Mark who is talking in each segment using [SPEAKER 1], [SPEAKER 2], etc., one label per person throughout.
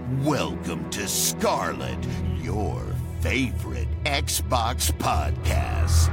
[SPEAKER 1] Welcome to Scarlet, your favorite Xbox podcast.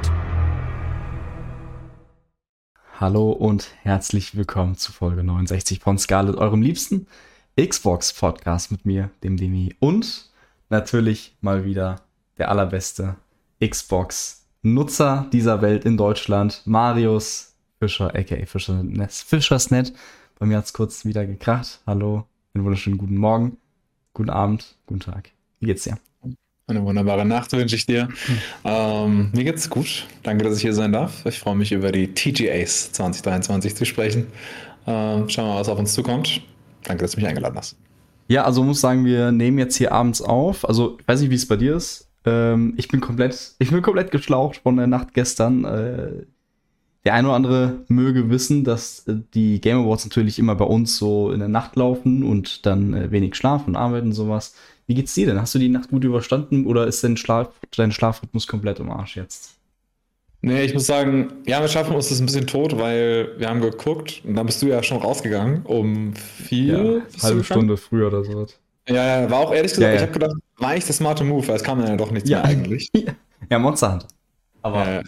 [SPEAKER 2] Hallo und herzlich willkommen zu Folge 69 von Scarlet, eurem liebsten Xbox-Podcast mit mir, dem Demi, und natürlich mal wieder der allerbeste Xbox-Nutzer dieser Welt in Deutschland, Marius Fischer, a.k.a. Fischersnet. Bei mir hat es kurz wieder gekracht. Hallo, einen wunderschönen guten Morgen, guten Abend, guten Tag. Wie geht's dir?
[SPEAKER 3] Eine wunderbare Nacht wünsche ich dir. Mir geht's gut. Danke, dass ich hier sein darf. Ich freue mich, über die TGAs 2023 zu sprechen. Schauen wir mal, was auf uns zukommt. Danke, dass du mich eingeladen hast.
[SPEAKER 2] Ja, also muss sagen, wir nehmen jetzt hier abends auf. Also ich weiß nicht, wie es bei dir ist. Ich bin komplett geschlaucht von der Nacht gestern. Der eine oder andere möge wissen, dass die Game Awards natürlich immer bei uns so in der Nacht laufen und dann wenig Schlaf und Arbeiten und sowas. Wie geht's dir denn? Hast du die Nacht gut überstanden oder ist dein Schlafrhythmus komplett im Arsch jetzt?
[SPEAKER 3] Nee, ich muss sagen, ja, mit Schlafrhythmus ist ein bisschen tot, weil wir haben geguckt und dann bist du ja schon rausgegangen um 4.
[SPEAKER 2] Ja, halbe Stunde früher oder so.
[SPEAKER 3] Ja, war auch ehrlich gesagt,
[SPEAKER 2] Ja.
[SPEAKER 3] Ich habe gedacht, war eigentlich der smarte Move, weil es kam dann ja doch nichts mehr eigentlich.
[SPEAKER 2] Ja, Monster Hunter. Aber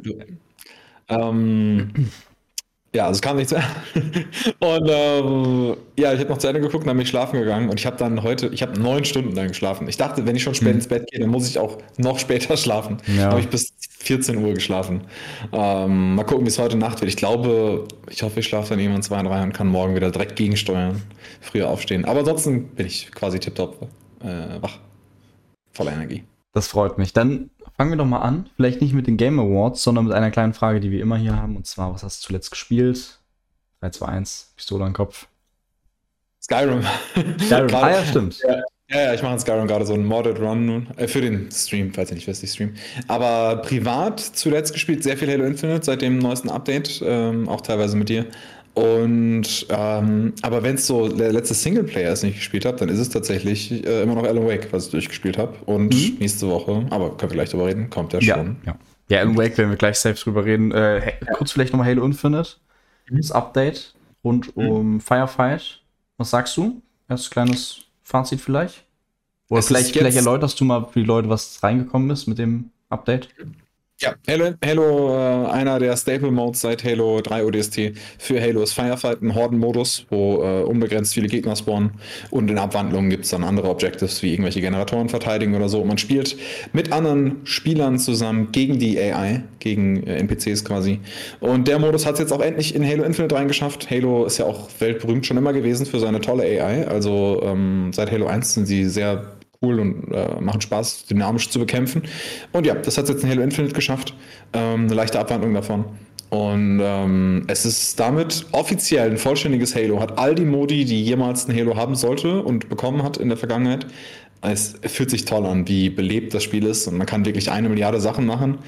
[SPEAKER 3] ja, also es kam nichts mehr. Und ja, ich habe noch zu Ende geguckt und dann bin ich schlafen gegangen und ich habe 9 Stunden lang geschlafen. Ich dachte, wenn ich schon spät ins Bett gehe, dann muss ich auch noch später schlafen.
[SPEAKER 2] Ja.
[SPEAKER 3] Habe ich bis 14 Uhr geschlafen. Mal gucken, wie es heute Nacht wird. Ich hoffe, ich schlafe dann irgendwann 2, 3 und kann morgen wieder direkt gegensteuern, früher aufstehen. Aber ansonsten bin ich quasi tipptopp wach. Voller Energie.
[SPEAKER 2] das freut mich. Dann fangen wir doch mal an. Vielleicht nicht mit den Game Awards, sondern mit einer kleinen Frage, die wir immer hier haben. Und zwar, was hast du zuletzt gespielt? 3, 2, 1, Pistole am Kopf.
[SPEAKER 3] Skyrim.
[SPEAKER 2] Ja, stimmt.
[SPEAKER 3] Ja, ich mache in Skyrim gerade so einen Modded Run nun. Für den Stream, falls ihr nicht wisst, ich stream. Aber privat zuletzt gespielt sehr viel Halo Infinite seit dem neuesten Update, auch teilweise mit dir. Und aber wenn es so der letzte Singleplayer ist, den ich gespielt habe, dann ist es tatsächlich immer noch Alan Wake, was ich durchgespielt habe. Und nächste Woche, aber können wir gleich drüber reden, kommt ja schon.
[SPEAKER 2] Ja, Alan Wake werden wir gleich selbst drüber reden. Kurz vielleicht nochmal Halo Infinite, das Update rund um Firefight. Was sagst du? Erstes kleines Fazit vielleicht? Oder vielleicht erläuterst du mal für die Leute, was reingekommen ist mit dem Update?
[SPEAKER 3] Ja, Halo, einer der Staple-Modes seit Halo 3 ODST für Halo ist Firefight, ein Horden-Modus, wo unbegrenzt viele Gegner spawnen und in Abwandlungen gibt es dann andere Objectives, wie irgendwelche Generatoren verteidigen oder so. Und man spielt mit anderen Spielern zusammen gegen die AI, gegen NPCs quasi. Und der Modus hat es jetzt auch endlich in Halo Infinite reingeschafft. Halo ist ja auch weltberühmt schon immer gewesen für seine tolle AI. Also seit Halo 1 sind sie sehr cool und machen Spaß, dynamisch zu bekämpfen. Und ja, das hat es jetzt in Halo Infinite geschafft. Eine leichte Abwandlung davon. Und es ist damit offiziell ein vollständiges Halo. Hat all die Modi, die jemals ein Halo haben sollte und bekommen hat in der Vergangenheit. Es fühlt sich toll an, wie belebt das Spiel ist. Und man kann wirklich 1 Milliarde Sachen machen.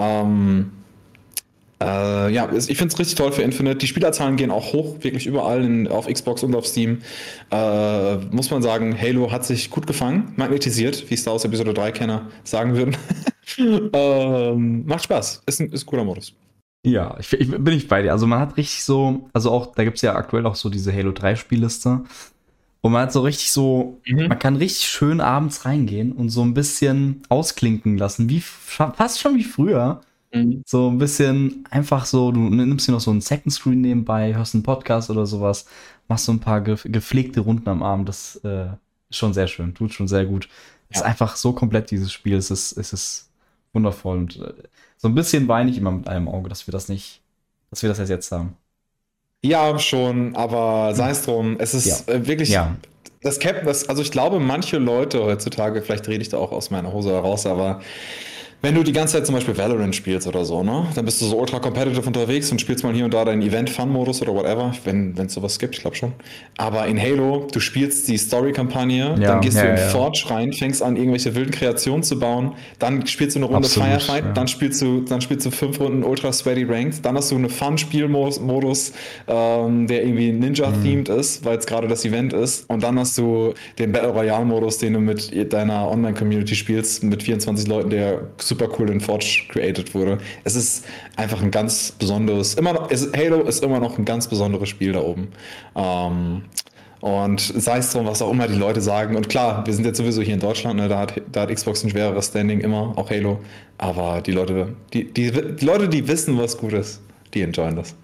[SPEAKER 3] Ja, ich finde es richtig toll für Infinite. Die Spielerzahlen gehen auch hoch, wirklich überall, auf Xbox und auf Steam. Muss man sagen, Halo hat sich gut gefangen, magnetisiert, wie Star Wars Episode 3-Kenner sagen würden. Macht Spaß, ist ein cooler Modus.
[SPEAKER 2] Ja, bin ich bei dir. Also man hat richtig so, also auch, da gibt es ja aktuell auch so diese Halo 3 Spielliste. Und man hat so richtig so, man kann richtig schön abends reingehen und so ein bisschen ausklinken lassen, fast schon wie früher. So ein bisschen einfach so, du nimmst dir noch so einen Second Screen nebenbei, hörst einen Podcast oder sowas, machst so ein paar gepflegte Runden am Abend. Das ist schon sehr schön, tut schon sehr gut. Ja. Ist einfach so komplett, dieses Spiel. Es ist wundervoll. Und so ein bisschen weine ich immer mit einem Auge, dass wir das jetzt haben.
[SPEAKER 3] Ja, schon, aber sei es drum. Es ist wirklich. Ja. Also ich glaube, manche Leute heutzutage, vielleicht rede ich da auch aus meiner Hose heraus, aber wenn du die ganze Zeit zum Beispiel Valorant spielst oder so, ne, dann bist du so ultra competitive unterwegs und spielst mal hier und da deinen Event-Fun-Modus oder whatever, wenn es sowas gibt, ich glaube schon. Aber in Halo, du spielst die Story-Kampagne, dann gehst du in Forge rein, fängst an, irgendwelche wilden Kreationen zu bauen, dann spielst du eine Runde Firefight, dann spielst du 5 Runden Ultra Sweaty Ranked, dann hast du eine Fun-Spielmodus, der irgendwie Ninja-themed ist, weil es gerade das Event ist, und dann hast du den Battle Royale-Modus, den du mit deiner Online-Community spielst, mit 24 Leuten, der super cool in Forge created wurde. Es ist einfach ein ganz besonderes, Halo ist immer noch ein ganz besonderes Spiel da oben. Und sei es drum, was auch immer die Leute sagen. Und klar, wir sind jetzt sowieso hier in Deutschland, ne? Da hat Xbox ein schwereres Standing immer, auch Halo. Aber die Leute, die Leute, die wissen, was gut ist, die enjoyen das.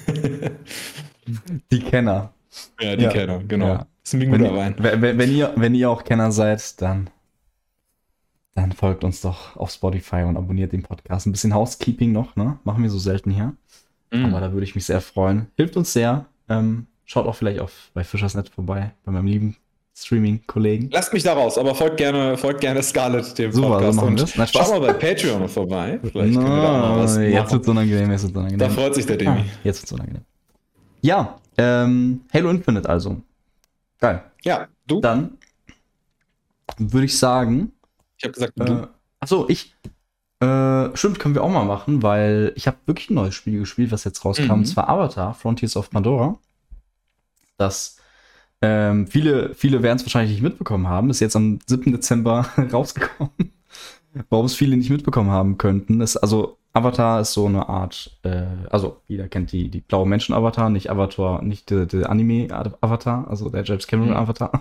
[SPEAKER 2] Die Kenner.
[SPEAKER 3] Ja, die Kenner, genau.
[SPEAKER 2] Ja.
[SPEAKER 3] Das ist ein guter Wein.
[SPEAKER 2] Wenn ihr auch Kenner seid, dann folgt uns doch auf Spotify und abonniert den Podcast. Ein bisschen Housekeeping noch, ne? Machen wir so selten hier. Aber da würde ich mich sehr freuen. Hilft uns sehr. Schaut auch vielleicht bei Fischersnet vorbei, bei meinem lieben Streaming-Kollegen.
[SPEAKER 3] Lasst mich da raus, aber folgt gerne Scarlett dem
[SPEAKER 2] Super,
[SPEAKER 3] Podcast.
[SPEAKER 2] so
[SPEAKER 3] Und schaut mal bei Patreon vorbei. Vielleicht können wir da auch was
[SPEAKER 2] jetzt wird's unangenehm,
[SPEAKER 3] Da freut sich der Demi.
[SPEAKER 2] Jetzt wird's unangenehm. Ja, Halo Infinite also. Geil.
[SPEAKER 3] Ja, du?
[SPEAKER 2] Dann würde ich sagen.
[SPEAKER 3] Ich habe gesagt, du.
[SPEAKER 2] Achso, stimmt, können wir auch mal machen, weil ich habe wirklich ein neues Spiel gespielt, was jetzt rauskam, und zwar Avatar, Frontiers of Pandora. Das viele werden es wahrscheinlich nicht mitbekommen haben. Ist jetzt am 7. Dezember rausgekommen. Warum es viele nicht mitbekommen haben könnten, ist, also Avatar ist so eine Art, also jeder kennt die blaue Menschen-Avatar, nicht Avatar, nicht der Anime-Avatar, also der James Cameron-Avatar.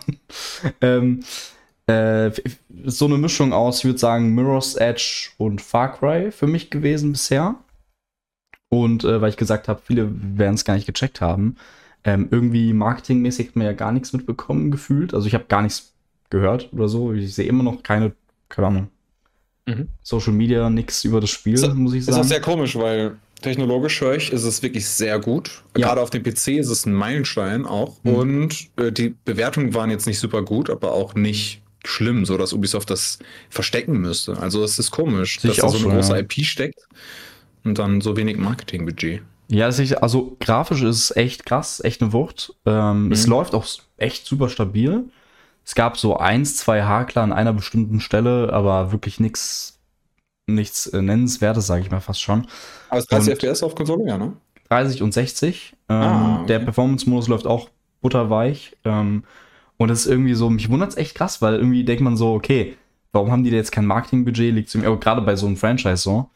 [SPEAKER 2] So eine Mischung aus, ich würde sagen, Mirror's Edge und Far Cry für mich gewesen bisher. Und weil ich gesagt habe, viele werden es gar nicht gecheckt haben. Irgendwie marketingmäßig hat man ja gar nichts mitbekommen gefühlt. Also ich habe gar nichts gehört oder so. Ich sehe immer noch keine Ahnung. Social Media, nichts über das Spiel, muss ich sagen.
[SPEAKER 3] Das ist sehr komisch, weil technologisch höre ich, ist es wirklich sehr gut. Ja. Gerade auf dem PC ist es ein Meilenstein auch. Und die Bewertungen waren jetzt nicht super gut, aber auch nicht schlimm, so dass Ubisoft das verstecken müsste. Also es ist komisch, dass da so eine große IP steckt und dann so wenig Marketingbudget.
[SPEAKER 2] Ja, also grafisch ist es echt krass, echt eine Wucht. Es läuft auch echt super stabil. Es gab so 1-2 Hakler an einer bestimmten Stelle, aber wirklich nichts Nennenswertes, sage ich mal fast schon.
[SPEAKER 3] Aber es 30 FPS auf Konsole, ja, ne?
[SPEAKER 2] 30 und 60.
[SPEAKER 3] Okay.
[SPEAKER 2] Der Performance-Modus läuft auch butterweich. Und das ist irgendwie so, mich wundert es echt krass, weil irgendwie denkt man so, okay, warum haben die da jetzt kein Marketingbudget? Liegt es irgendwie, aber gerade bei so einem Franchise so,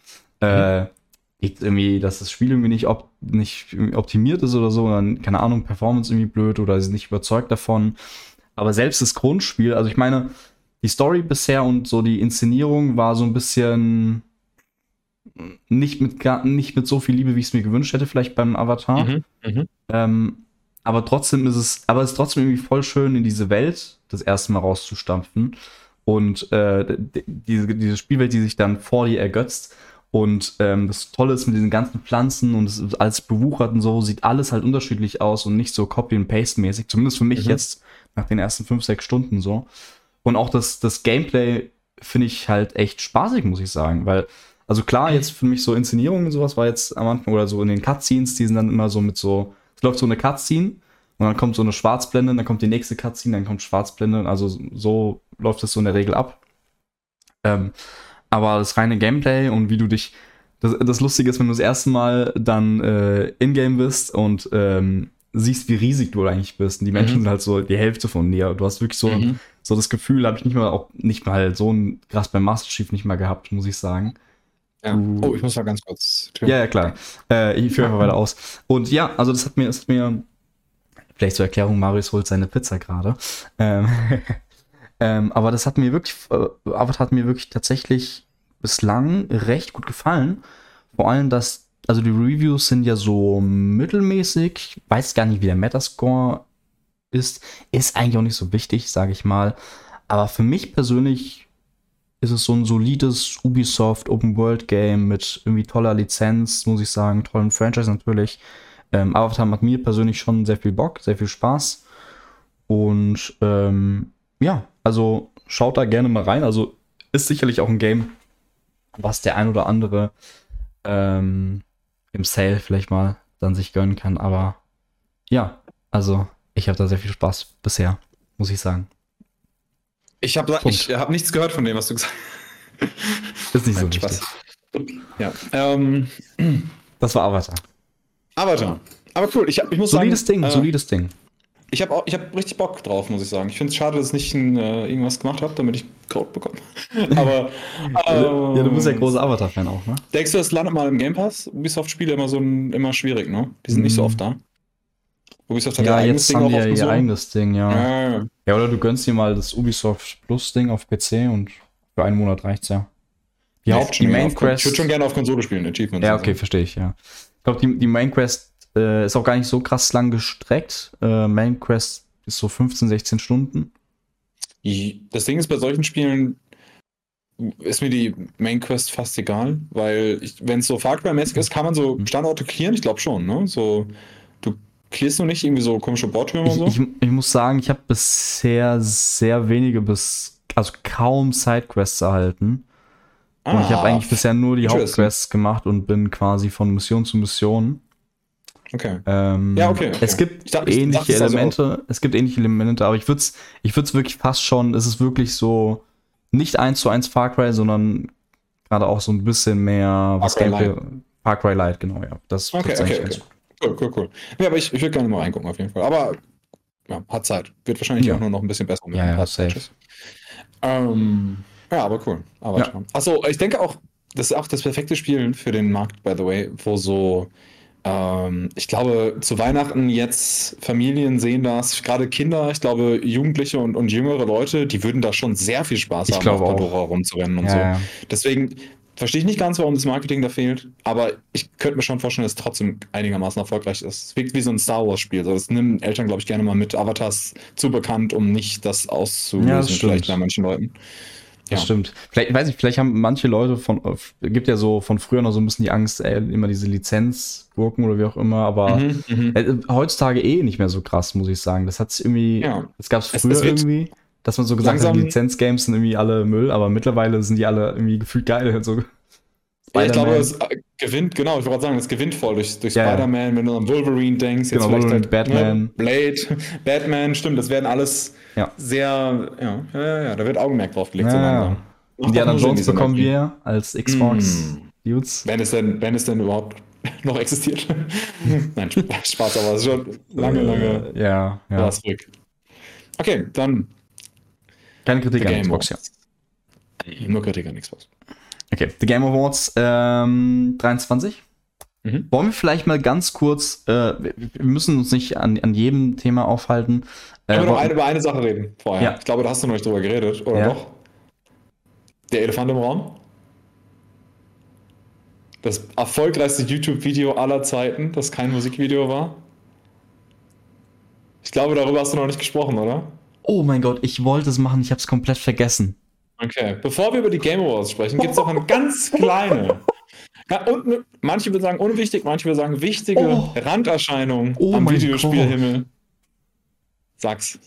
[SPEAKER 2] liegt irgendwie, dass das Spiel irgendwie nicht optimiert ist oder so, oder keine Ahnung, Performance irgendwie blöd oder sie sind nicht überzeugt davon. Aber selbst das Grundspiel, also ich meine, die Story bisher und so die Inszenierung war so ein bisschen nicht mit so viel Liebe, wie ich es mir gewünscht hätte, vielleicht beim Avatar. Aber trotzdem ist es trotzdem irgendwie voll schön, in diese Welt das erste Mal rauszustampfen. Und diese Spielwelt, die sich dann vor dir ergötzt. Und das Tolle ist mit diesen ganzen Pflanzen und es ist alles bewuchert und so, sieht alles halt unterschiedlich aus und nicht so Copy-and-Paste-mäßig. Zumindest für mich jetzt nach den ersten 5-6 Stunden so. Und auch das Gameplay finde ich halt echt spaßig, muss ich sagen. Weil, also klar, jetzt für mich so Inszenierungen und sowas war jetzt am Anfang oder so in den Cutscenes, die sind dann immer so mit so, es läuft so eine Cutscene und dann kommt so eine Schwarzblende, dann kommt die nächste Cutscene, dann kommt Schwarzblende. Also so läuft das so in der Regel ab. Aber das reine Gameplay und wie du dich, das Lustige ist, wenn du das erste Mal dann in-game bist und siehst, wie riesig du eigentlich bist. Und die Menschen sind halt so die Hälfte von dir. Du hast wirklich so das Gefühl, habe ich nicht mal so ein krass beim Master Chief nicht mal gehabt, muss ich sagen.
[SPEAKER 3] Ja. Oh, ich muss mal ganz kurz.
[SPEAKER 2] Ja, klar. Ich führe einfach weiter aus. Und ja, also das hat mir vielleicht zur Erklärung, Marius holt seine Pizza gerade. Aber das hat mir wirklich tatsächlich bislang recht gut gefallen. Vor allem, also die Reviews sind ja so mittelmäßig. Ich weiß gar nicht, wie der Metascore ist. Ist eigentlich auch nicht so wichtig, sage ich mal. Aber für mich persönlich ist es so ein solides Ubisoft Open-World-Game mit irgendwie toller Lizenz, muss ich sagen, tollen Franchise natürlich. Avatar hat mir persönlich schon sehr viel Bock, sehr viel Spaß. Und ja, also schaut da gerne mal rein. Also ist sicherlich auch ein Game, was der ein oder andere im Sale vielleicht mal dann sich gönnen kann. Aber ja, also ich habe da sehr viel Spaß bisher, muss ich sagen.
[SPEAKER 3] Ich habe nichts gehört von dem, was du gesagt hast.
[SPEAKER 2] Ist nicht so wichtig.
[SPEAKER 3] Ja.
[SPEAKER 2] Das war Avatar.
[SPEAKER 3] Aber cool, ich muss
[SPEAKER 2] solides
[SPEAKER 3] sagen...
[SPEAKER 2] Solides Ding.
[SPEAKER 3] Ich hab richtig Bock drauf, muss ich sagen. Ich finde es schade, dass ich nicht irgendwas gemacht habe, damit ich Code bekomme. Aber
[SPEAKER 2] ja, du bist ja großer Avatar-Fan auch, ne?
[SPEAKER 3] Denkst du, das landet mal im Game Pass? Ubisoft-Spiele immer schwierig, ne? Die sind nicht so oft da. Ubisoft hat
[SPEAKER 2] Ja,
[SPEAKER 3] ihr eigenes
[SPEAKER 2] jetzt
[SPEAKER 3] Ding
[SPEAKER 2] haben
[SPEAKER 3] auch
[SPEAKER 2] die
[SPEAKER 3] auf
[SPEAKER 2] ja ihr
[SPEAKER 3] Konsole.
[SPEAKER 2] eigenes Ding, ja.
[SPEAKER 3] Ja.
[SPEAKER 2] Ja, oder du gönnst dir mal das Ubisoft Plus-Ding auf PC und für einen Monat reicht's ja. Die Main
[SPEAKER 3] Ich würde schon
[SPEAKER 2] Quest.
[SPEAKER 3] gerne auf Konsole spielen, Achievements.
[SPEAKER 2] Ja,
[SPEAKER 3] und
[SPEAKER 2] okay,
[SPEAKER 3] so.
[SPEAKER 2] verstehe ich, ja. Ich glaube, die Main Quest ist auch gar nicht so krass lang gestreckt. Main Quest ist so 15, 16 Stunden.
[SPEAKER 3] Das Ding ist, bei solchen Spielen ist mir die Main Quest fast egal, weil wenn es so Far Cry-mäßig ist, kann man so Standorte clearen? Ich glaube schon, ne? So, du clearst nur nicht irgendwie so komische Bautürme und so?
[SPEAKER 2] Ich muss sagen, ich habe bisher sehr wenige also kaum Sidequests erhalten. Und ich habe eigentlich bisher nur die Hauptquests gemacht und bin quasi von Mission zu Mission.
[SPEAKER 3] Okay.
[SPEAKER 2] Okay. Es gibt ähnliche Elemente, aber ich würde es wirklich fast schon, es ist wirklich so, nicht 1:1 Far Cry, sondern gerade auch so ein bisschen mehr Far Cry Light, genau, ja. Das
[SPEAKER 3] ist eigentlich ganz gut. Cool. Ja, aber ich würde gerne mal reingucken auf jeden Fall. Aber ja, hat Zeit. Wird wahrscheinlich auch nur noch ein bisschen besser mit
[SPEAKER 2] ein paar Patches.
[SPEAKER 3] Ja, aber cool. Achso, ich denke auch, das ist auch das perfekte Spiel für den Markt, by the way, wo so ich glaube, zu Weihnachten jetzt Familien sehen das, gerade Kinder, ich glaube, Jugendliche und jüngere Leute, die würden da schon sehr viel Spaß haben, auf Pandora rumzurennen und so. Ja. Deswegen verstehe ich nicht ganz, warum das Marketing da fehlt, aber ich könnte mir schon vorstellen, dass es trotzdem einigermaßen erfolgreich ist. Es wirkt wie so ein Star Wars-Spiel. Also das nehmen Eltern, glaube ich, gerne mal mit. Avatars zu bekannt, um nicht das auszulösen, vielleicht bei manchen Leuten.
[SPEAKER 2] Das stimmt. Vielleicht haben manche Leute gibt ja so von früher noch so ein bisschen die Angst, immer diese Lizenzgurken oder wie auch immer, aber heutzutage nicht mehr so krass, muss ich sagen. Das hat's irgendwie, das gab's früher irgendwie, dass man so gesagt hat, die Lizenzgames sind irgendwie alle Müll, aber mittlerweile sind die alle irgendwie gefühlt geil. So.
[SPEAKER 3] Ja, ich glaube, es gewinnt, genau, ich wollte gerade sagen, es gewinnt voll durch Spider-Man, wenn du an Wolverine denkst, jetzt vielleicht
[SPEAKER 2] halt, Batman.
[SPEAKER 3] Blade, Batman, stimmt, das werden alles sehr, da wird Augenmerk drauf gelegt.
[SPEAKER 2] Indiana Jones bekommen wir als Xbox-Dudes.
[SPEAKER 3] Wenn es denn überhaupt noch existiert. Nein, Spaß, aber es ist schon lange war es zurück. Okay, dann
[SPEAKER 2] keine Kritik an Xbox,
[SPEAKER 3] Nur Kritik an Xbox.
[SPEAKER 2] Okay, The Game Awards 23. Wollen wir vielleicht mal ganz kurz, wir müssen uns nicht an jedem Thema aufhalten.
[SPEAKER 3] Können wir noch über eine Sache reden vorher? Ja. Ich glaube, da hast du noch nicht drüber geredet, oder doch? Der Elefant im Raum? Das erfolgreichste YouTube-Video aller Zeiten, das kein Musikvideo war? Ich glaube, darüber hast du noch nicht gesprochen, oder?
[SPEAKER 2] Oh mein Gott, ich wollte es machen, ich habe es komplett vergessen.
[SPEAKER 3] Okay, bevor wir über die Game Awards sprechen, gibt es noch eine ganz kleine, und manche würden sagen unwichtig, manche würden sagen wichtige Randerscheinung am Videospielhimmel. Sag's.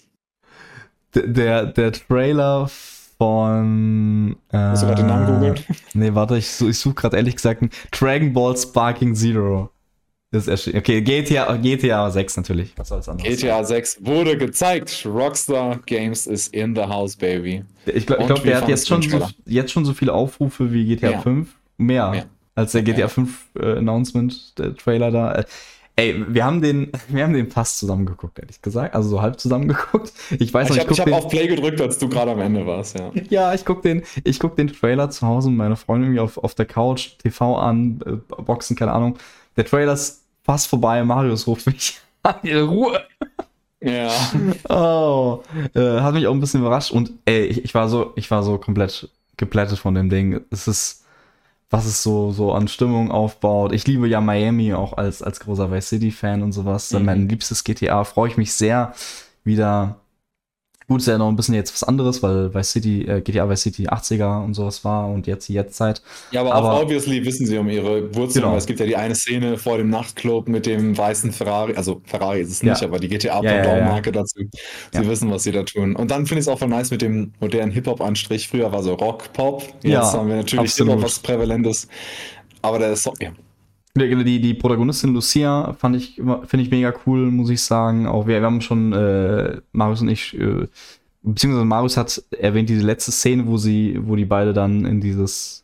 [SPEAKER 2] Der Trailer von...
[SPEAKER 3] Hast du gerade den Namen googeln?
[SPEAKER 2] Nee, warte, ich suche gerade ehrlich gesagt Dragon Ball Sparking Zero. Das ist erschienen. Okay, GTA 6 natürlich. Was soll's anderes
[SPEAKER 3] GTA 6 wurde gezeigt. Rockstar Games is in the house, baby.
[SPEAKER 2] Ich glaube, der hat jetzt schon so viele Aufrufe wie GTA 5. Mehr als der GTA 5 Announcement, der Trailer da. Ey, wir haben den fast zusammengeguckt, ehrlich gesagt. Also so halb zusammengeguckt. Ich weiß nicht,
[SPEAKER 3] ich habe auf Play gedrückt, als du gerade am Ende warst, ja.
[SPEAKER 2] Ja, ich guck den Trailer zu Hause mit meiner Freundin irgendwie auf der Couch, TV an, Boxen, keine Ahnung. Der Trailer ist fast vorbei, Marius ruft mich an, ihre Ruhe.
[SPEAKER 3] Ja.
[SPEAKER 2] Oh, hat mich auch ein bisschen überrascht und ich war so komplett geplättet von dem Ding. Es ist, was es so an Stimmung aufbaut. Ich liebe ja Miami auch als großer Vice City Fan und sowas. Mein liebstes GTA, freue ich mich sehr wieder. Gut, ist ja noch ein bisschen jetzt was anderes, weil GTA Vice City 80er und sowas war und jetzt die Jetztzeit.
[SPEAKER 3] Ja, aber auch obviously wissen sie um ihre Wurzeln, weil es gibt ja die eine Szene vor dem Nachtclub mit dem weißen Ferrari, also Ferrari ist es nicht, aber die GTA-Marke dazu. Sie wissen, was sie da tun. Und dann finde ich es auch voll nice mit dem modernen Hip-Hop-Anstrich. Früher war so Rock, Pop, jetzt haben wir natürlich Hip-Hop, was prävalent ist. Aber der Song,
[SPEAKER 2] Die Protagonistin Lucia finde ich mega cool, muss ich sagen. Auch wir haben schon, Marius und ich, beziehungsweise Marius hat erwähnt, diese letzte Szene, wo die beide dann in dieses,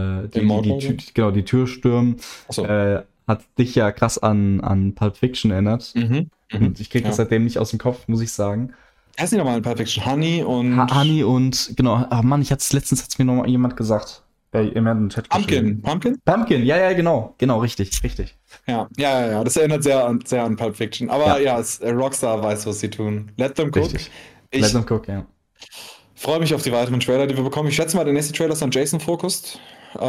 [SPEAKER 2] die Tür stürmen, hat dich ja krass an Pulp Fiction erinnert. Und ich krieg das seitdem nicht aus dem Kopf, muss ich sagen.
[SPEAKER 3] Heißt nicht nochmal in Pulp Fiction? Honey und,
[SPEAKER 2] genau, Mann, letztens hat's mir noch mal jemand gesagt. Jemand im Chat
[SPEAKER 3] Pumpkin.
[SPEAKER 2] Pumpkin, ja, genau, richtig.
[SPEAKER 3] Ja, das erinnert sehr an Pulp Fiction. Aber Rockstar weiß, was sie tun. Let them cook.
[SPEAKER 2] Richtig. Let them cook, ja.
[SPEAKER 3] Freue mich auf die weiteren Trailer, die wir bekommen. Ich schätze mal, der nächste Trailer ist dann Jason focused.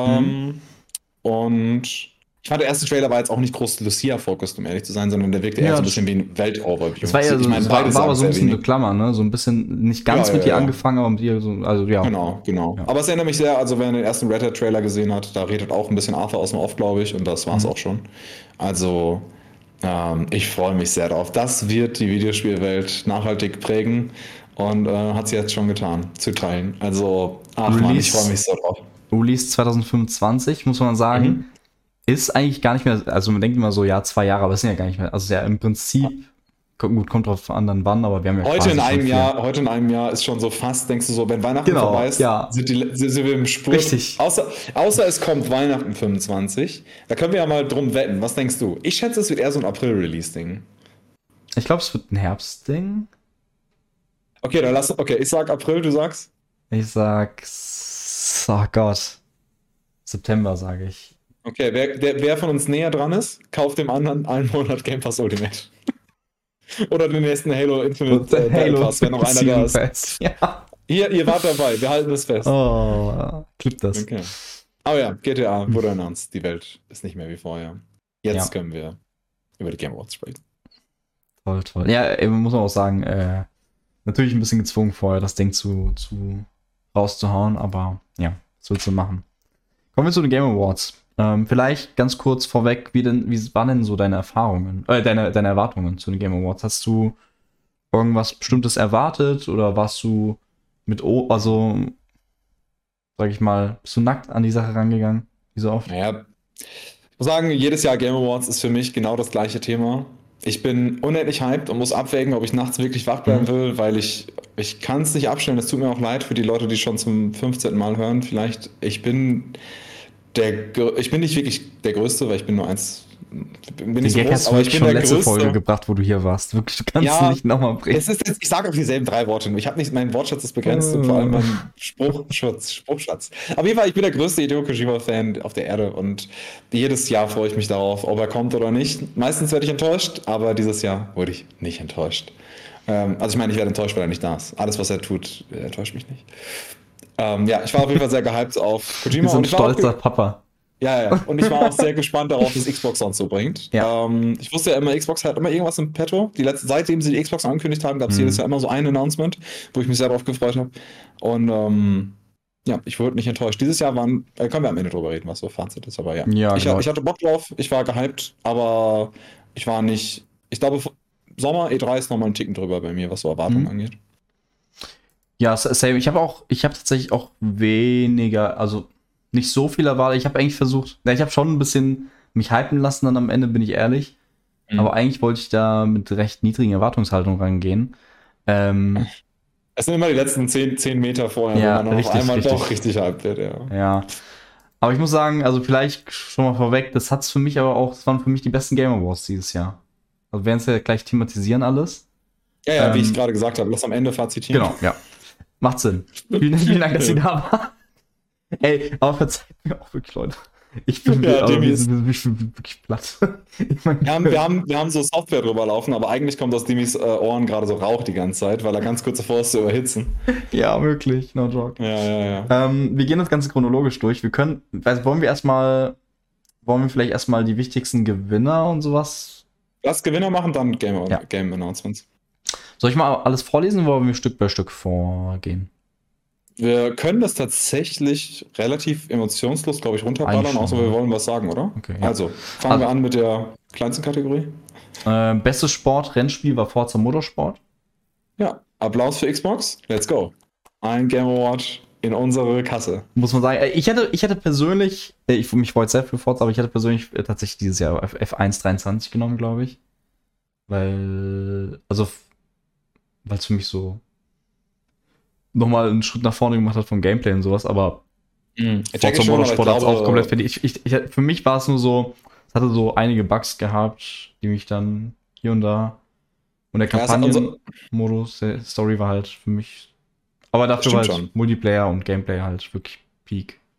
[SPEAKER 3] Und ich fand, der erste Trailer war jetzt auch nicht groß Lucia-focused, um ehrlich zu sein, sondern der wirkte eher so ein bisschen wie ein Welt-Overview.
[SPEAKER 2] Das war ja so, war aber so ein bisschen eine Klammer, ne? So ein bisschen, nicht ganz mit ihr angefangen, aber mit ihr so, also ja.
[SPEAKER 3] Genau. Ja. Aber es erinnert mich sehr, also wer den ersten Red Dead-Trailer gesehen hat, da redet auch ein bisschen Arthur aus dem Off, glaube ich, und das war es auch schon. Also, ich freue mich sehr drauf. Das wird die Videospielwelt nachhaltig prägen und hat sie jetzt schon getan, zu teilen. Also, Mann, ich freue mich so drauf.
[SPEAKER 2] Release 2025, muss man sagen, ist eigentlich gar nicht mehr, also man denkt immer so, ja, 2 Jahre, aber es sind ja gar nicht mehr, also ja im Prinzip, gut, kommt drauf an, dann wann, aber wir haben ja
[SPEAKER 3] heute in einem Jahr ist schon so fast, denkst du so, wenn Weihnachten vorbei ist, sind wir im Spurt.
[SPEAKER 2] Richtig.
[SPEAKER 3] Außer es kommt Weihnachten 25, da können wir ja mal drum wetten. Was denkst du? Ich schätze, es wird eher so ein April-Release-Ding.
[SPEAKER 2] Ich glaube, es wird ein Herbst-Ding.
[SPEAKER 3] Okay, ich sag April, du sagst?
[SPEAKER 2] Ich sag, oh Gott, September, sage ich.
[SPEAKER 3] Okay, wer von uns näher dran ist, kauft dem anderen einen Monat Game Pass Ultimate. Oder den nächsten Halo Infinite Halo Pass, wenn noch einer da ist.
[SPEAKER 2] Fest. Ja.
[SPEAKER 3] Ihr wart dabei, wir halten das fest.
[SPEAKER 2] Oh, clip das.
[SPEAKER 3] Okay. Aber ja, GTA wurde announced. Die Welt ist nicht mehr wie vorher. Jetzt können wir über die Game Awards sprechen.
[SPEAKER 2] Toll. Ja, muss man auch sagen, natürlich ein bisschen gezwungen vorher, das Ding zu rauszuhauen, aber ja, was willst du machen? Kommen wir zu den Game Awards. Vielleicht ganz kurz vorweg, wie waren denn so deine Erfahrungen, deine Erwartungen zu den Game Awards? Hast du irgendwas Bestimmtes erwartet oder warst du sag ich mal, bist du nackt an die Sache rangegangen, wie so oft?
[SPEAKER 3] Naja, ich muss sagen, jedes Jahr Game Awards ist für mich genau das gleiche Thema. Ich bin unendlich hyped und muss abwägen, ob ich nachts wirklich wach bleiben will, weil ich kann es nicht abstellen. Es tut mir auch leid für die Leute, die schon zum 15. Mal hören. Vielleicht, ich bin nicht wirklich der Größte, weil ich bin nur bin nicht so groß, aber ich bin der Größte. Letzte Folge
[SPEAKER 2] gebracht, wo du hier warst. Wirklich, du kannst nicht nochmal bringen.
[SPEAKER 3] Ich sage auch dieselben 3 Worte. Mein Wortschatz ist begrenzt und vor allem mein Spruchschatz. Auf jeden Fall, ich bin der größte Hideo Kojima-Fan auf der Erde und jedes Jahr freue ich mich darauf, ob er kommt oder nicht. Meistens werde ich enttäuscht, aber dieses Jahr wurde ich nicht enttäuscht. Also ich meine, ich werde enttäuscht, weil er nicht da ist. Alles, was er tut, enttäuscht mich nicht. Ich war auf jeden Fall sehr gehypt auf Kojima.
[SPEAKER 2] Wir sind stolzer Papa.
[SPEAKER 3] Ja. Und ich war auch sehr gespannt darauf, was Xbox sonst so bringt. Ja. Ich wusste ja immer, Xbox hat immer irgendwas im Petto. Seitdem sie die Xbox angekündigt haben, gab es jedes Jahr immer so ein Announcement, wo ich mich sehr darauf gefreut habe. Und ich wurde nicht enttäuscht. Dieses Jahr können wir am Ende drüber reden, was so Fazit ist. Aber ich hatte Bock drauf, ich war gehypt, aber ich war nicht. Ich glaube, Sommer E3 ist nochmal einen Ticken drüber bei mir, was so Erwartungen angeht.
[SPEAKER 2] Ja, same. Ich habe tatsächlich auch weniger, also nicht so viel erwartet. Ich habe eigentlich versucht, ich habe schon ein bisschen mich hypen lassen dann am Ende, bin ich ehrlich. Aber eigentlich wollte ich da mit recht niedrigen Erwartungshaltungen rangehen.
[SPEAKER 3] Es sind immer die letzten 10 Meter vorher, wo man auf einmal doch richtig hyped wird.
[SPEAKER 2] Ja. Aber ich muss sagen, also vielleicht schon mal vorweg, das waren für mich die besten Game Awards dieses Jahr. Also werden es ja gleich thematisieren alles.
[SPEAKER 3] Ja, wie ich gerade gesagt habe, lass am Ende fazitieren.
[SPEAKER 2] Genau, ja. Macht Sinn. Vielen Dank, dass ihr da war. Ey, aber verzeiht mir auch wirklich, Leute. Ich bin wirklich platt.
[SPEAKER 3] Wir haben so Software drüber laufen, aber eigentlich kommt aus Dimis Ohren gerade so Rauch die ganze Zeit, weil er ganz kurz davor ist zu überhitzen.
[SPEAKER 2] Ja, wirklich, no joke.
[SPEAKER 3] Ja.
[SPEAKER 2] Wir gehen das Ganze chronologisch durch. Wollen wir vielleicht erstmal die wichtigsten Gewinner und sowas?
[SPEAKER 3] Lass Gewinner machen, dann Game Announcements.
[SPEAKER 2] Soll ich mal alles vorlesen oder wollen wir Stück bei Stück vorgehen?
[SPEAKER 3] Wir können das tatsächlich relativ emotionslos, glaube ich, runterballern, außer wir wollen was sagen, oder?
[SPEAKER 2] Okay, ja.
[SPEAKER 3] Also, fangen wir an mit der kleinsten Kategorie.
[SPEAKER 2] Bestes Sport-Rennspiel war Forza Motorsport.
[SPEAKER 3] Ja, Applaus für Xbox. Let's go. Ein Game Award in unsere Kasse.
[SPEAKER 2] Muss man sagen, ich hätte persönlich, mich freut sehr für Forza, aber ich hätte persönlich tatsächlich dieses Jahr F1 23 genommen, glaube ich. Weil es für mich so nochmal einen Schritt nach vorne gemacht hat vom Gameplay und sowas, aber Forza Motorsport hat es auch komplett verdient. Für mich war es nur so, es hatte so einige Bugs gehabt, die mich dann hier und da, und der Kampagnenmodus, der Story war halt für mich, aber dafür war halt Multiplayer und Gameplay halt wirklich Peak.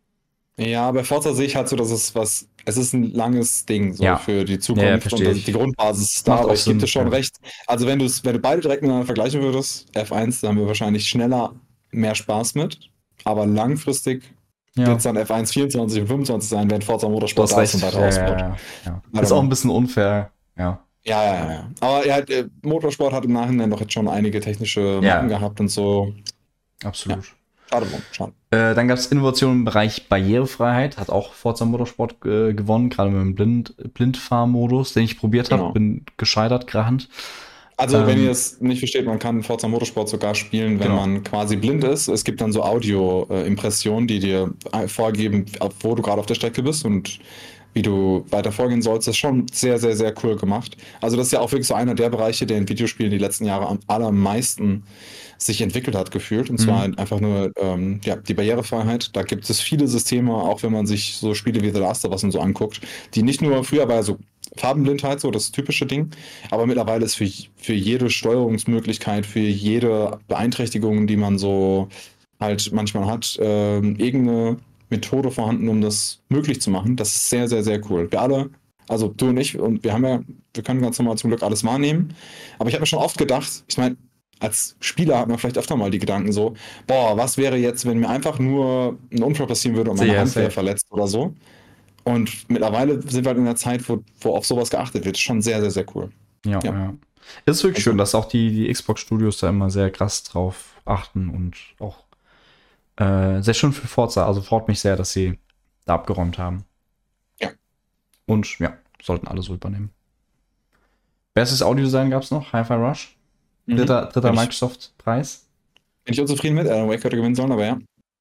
[SPEAKER 3] Ja, bei Forza sehe ich halt so, dass es ist ein langes Ding so für die Zukunft und die Grundbasis ist da, aber ich gebe dir schon recht. Also wenn du beide direkt miteinander vergleichen würdest, F1, da haben wir wahrscheinlich schneller mehr Spaß mit, aber langfristig wird es dann F1 24 und 25 sein, während Forza Motorsport da ist und weiter ausbaut.
[SPEAKER 2] Ist auch ein bisschen unfair, ja.
[SPEAKER 3] Ja. Aber Motorsport hat im Nachhinein doch jetzt schon einige technische Macken gehabt und so.
[SPEAKER 2] Absolut.
[SPEAKER 3] Ja. Schade.
[SPEAKER 2] Dann gab es Innovationen im Bereich Barrierefreiheit, hat auch Forza Motorsport gewonnen, gerade mit dem Blindfahrmodus, den ich probiert habe, bin gescheitert, grahend.
[SPEAKER 3] Also wenn ihr es nicht versteht, man kann Forza Motorsport sogar spielen, wenn man quasi blind ist. Es gibt dann so Audio-Impressionen, die dir vorgeben, wo du gerade auf der Strecke bist und wie du weiter vorgehen sollst. Das ist schon sehr, sehr, sehr cool gemacht. Also das ist ja auch wirklich so einer der Bereiche, der in Videospielen die letzten Jahre am allermeisten sich entwickelt hat, gefühlt. Und zwar einfach nur die Barrierefreiheit. Da gibt es viele Systeme, auch wenn man sich so Spiele wie The Last of Us und so anguckt, die nicht nur, früher war ja so Farbenblindheit, so das typische Ding, aber mittlerweile ist für jede Steuerungsmöglichkeit, für jede Beeinträchtigung, die man so halt manchmal hat, irgendeine Methode vorhanden, um das möglich zu machen. Das ist sehr, sehr, sehr cool. Wir alle, also du und ich, und wir können ganz normal zum Glück alles wahrnehmen, aber ich habe mir schon oft gedacht, ich meine, als Spieler hat man vielleicht öfter mal die Gedanken so, boah, was wäre jetzt, wenn mir einfach nur ein Unfall passieren würde und meine Hand wäre verletzt oder so. Und mittlerweile sind wir halt in einer Zeit, wo auf sowas geachtet wird. Schon sehr, sehr, sehr cool.
[SPEAKER 2] Ja. Ist wirklich schön, dass auch die Xbox-Studios da immer sehr krass drauf achten und auch sehr schön für Forza. Also freut mich sehr, dass sie da abgeräumt haben.
[SPEAKER 3] Ja.
[SPEAKER 2] Und sollten alle so übernehmen. Bestes Audiodesign gab es noch, Hi-Fi Rush. Dritter Microsoft-Preis.
[SPEAKER 3] Bin ich unzufrieden mit, Alan Wake hätte gewinnen sollen, aber ja.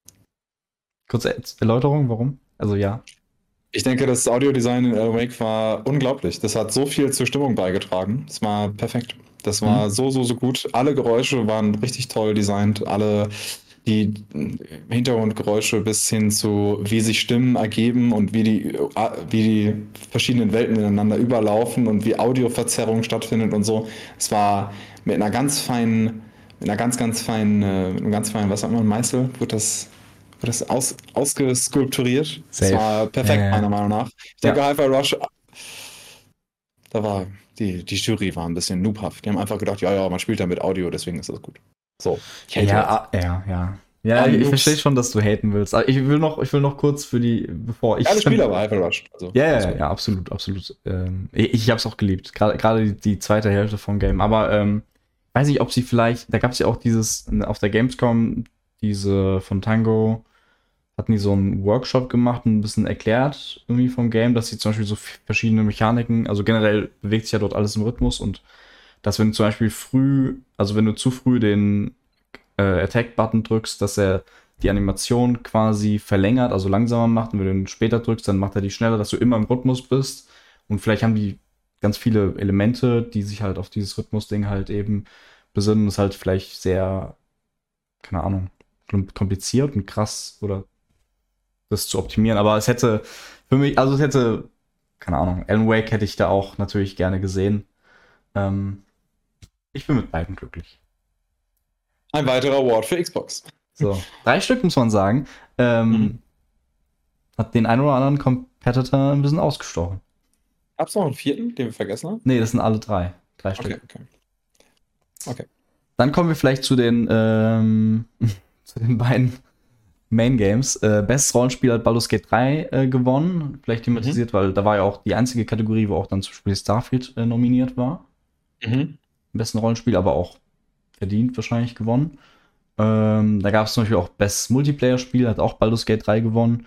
[SPEAKER 2] Kurze Erläuterung, warum? Also ja.
[SPEAKER 3] Ich denke, das Audiodesign in Alan Wake war unglaublich. Das hat so viel zur Stimmung beigetragen. Das war perfekt. Das war so gut. Alle Geräusche waren richtig toll designt. Alle die Hintergrundgeräusche bis hin zu, wie sich Stimmen ergeben und wie die verschiedenen Welten ineinander überlaufen und wie Audioverzerrung stattfindet und so. Es war mit einer ganz feinen, was sagt man, Meißel, wird das ausgeskulpturiert. Das war perfekt, meiner Meinung nach. Ich denke, Hi-Fi Rush, die Jury war ein bisschen noobhaft. Die haben einfach gedacht, man spielt da mit Audio, deswegen ist das gut. So.
[SPEAKER 2] Ich verstehe schon, dass du haten willst. Aber ich will noch kurz bevor ich.
[SPEAKER 3] Alle Spieler war Hi-Fi Rush. Also,
[SPEAKER 2] ja, absolut. Ich habe es auch geliebt. Gerade die zweite Hälfte vom Game. Aber weiß nicht, ob sie vielleicht, da gab es ja auch auf der Gamescom, diese von Tango, hatten die so einen Workshop gemacht und ein bisschen erklärt irgendwie vom Game, dass sie zum Beispiel so verschiedene Mechaniken, also generell bewegt sich ja dort alles im Rhythmus und dass wenn du zum Beispiel wenn du zu früh den Attack-Button drückst, dass er die Animation quasi verlängert, also langsamer macht und wenn du ihn später drückst, dann macht er die schneller, dass du immer im Rhythmus bist und vielleicht haben die ganz viele Elemente, die sich halt auf dieses Rhythmus-Ding halt eben besinnen, ist halt vielleicht sehr, keine Ahnung, kompliziert und krass oder das zu optimieren, aber es hätte für mich, keine Ahnung, Alan Wake hätte ich da auch natürlich gerne gesehen. Ich bin mit beiden glücklich.
[SPEAKER 3] Ein weiterer Award für Xbox.
[SPEAKER 2] So, 3 Stück muss man sagen. Hat den einen oder anderen Competitor ein bisschen ausgestochen.
[SPEAKER 3] Gab's noch einen vierten, den wir vergessen haben?
[SPEAKER 2] Nee, das sind alle 3. 3 Stück.
[SPEAKER 3] Okay.
[SPEAKER 2] Dann kommen wir vielleicht zu den beiden Main Games. Bestes Rollenspiel hat Baldur's Gate 3 gewonnen. Vielleicht thematisiert, weil da war ja auch die einzige Kategorie, wo auch dann zum Beispiel Starfield nominiert war. Im besten Rollenspiel, aber auch verdient wahrscheinlich gewonnen. Da gab es zum Beispiel auch Best Multiplayer-Spiel, hat auch Baldur's Gate 3 gewonnen.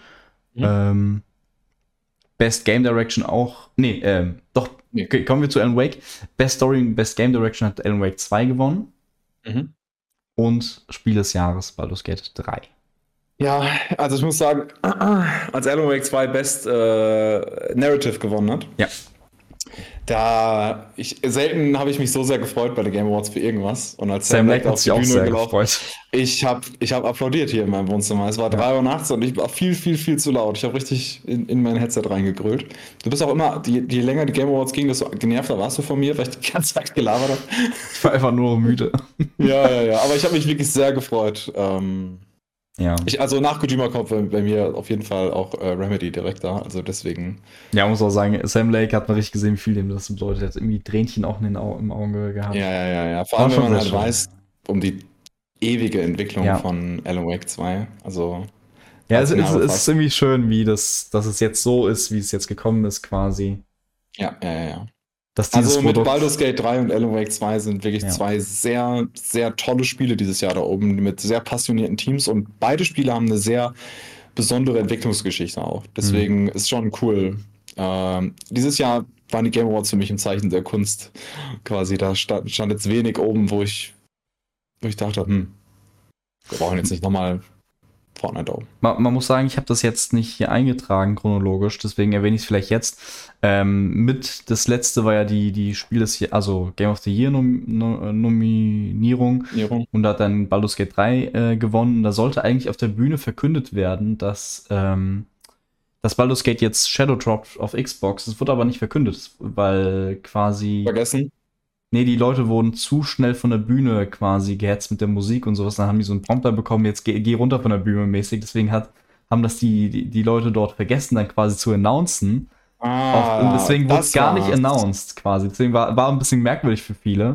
[SPEAKER 2] Best Game Direction auch. Okay, kommen wir zu Alan Wake. Best Story und Best Game Direction hat Alan Wake 2 gewonnen. Und Spiel des Jahres Baldur's Gate 3.
[SPEAKER 3] Ja, also ich muss sagen, als Alan Wake 2 Best Narrative gewonnen hat, selten habe ich mich so sehr gefreut bei den Game Awards für irgendwas. Und als
[SPEAKER 2] Sam Lake hat sich auch sehr gefreut.
[SPEAKER 3] Ich hab applaudiert hier in meinem Wohnzimmer. Es war 3 Uhr nachts und ich war viel, viel, viel zu laut. Ich habe richtig in mein Headset reingegrölt. Du bist auch immer, je länger die Game Awards gingen, desto genervter warst du von mir, weil ich die ganze Zeit gelabert habe.
[SPEAKER 2] Ich war einfach nur müde.
[SPEAKER 3] Ja. Aber ich habe mich wirklich sehr gefreut.
[SPEAKER 2] Ja.
[SPEAKER 3] Also nach Kojima kommt bei mir auf jeden Fall auch Remedy direkt da, also deswegen.
[SPEAKER 2] Ja, muss auch sagen, Sam Lake hat man richtig gesehen, wie viel dem das bedeutet. Er hat irgendwie Tränchen auch im Auge gehabt.
[SPEAKER 3] Ja. Vor allem, wenn man halt weiß, um die ewige Entwicklung von Alan Wake 2. Also.
[SPEAKER 2] Ja, es ist irgendwie schön, dass es jetzt so ist, wie es jetzt gekommen ist, quasi.
[SPEAKER 3] Ja.
[SPEAKER 2] Also
[SPEAKER 3] mit Baldur's Gate 3 und Alan Wake 2 sind wirklich zwei sehr, sehr tolle Spiele dieses Jahr da oben, mit sehr passionierten Teams, und beide Spiele haben eine sehr besondere Entwicklungsgeschichte auch. Deswegen ist schon cool. Dieses Jahr waren die Game Awards für mich im Zeichen der Kunst. Quasi, da stand jetzt wenig oben, wo ich dachte, wir brauchen jetzt nicht nochmal Fortnite oben.
[SPEAKER 2] Man muss sagen, ich habe das jetzt nicht hier eingetragen chronologisch, deswegen erwähne ich es vielleicht jetzt. Mit das letzte war ja die Spiel des Jahres, also Game of the Year Nominierung. Und da hat dann Baldur's Gate 3 gewonnen. Da sollte eigentlich auf der Bühne verkündet werden, dass Baldur's Gate jetzt Shadow droppt auf Xbox. Das wurde aber nicht verkündet, weil quasi...
[SPEAKER 3] Vergessen?
[SPEAKER 2] Nee, die Leute wurden zu schnell von der Bühne quasi gehetzt mit der Musik und sowas. Dann haben die so einen Prompter bekommen, jetzt geh runter von der Bühne mäßig. Deswegen haben das die Leute dort vergessen, dann quasi zu announcen. Und deswegen wurde es gar nicht announced quasi. Deswegen war ein bisschen merkwürdig für viele.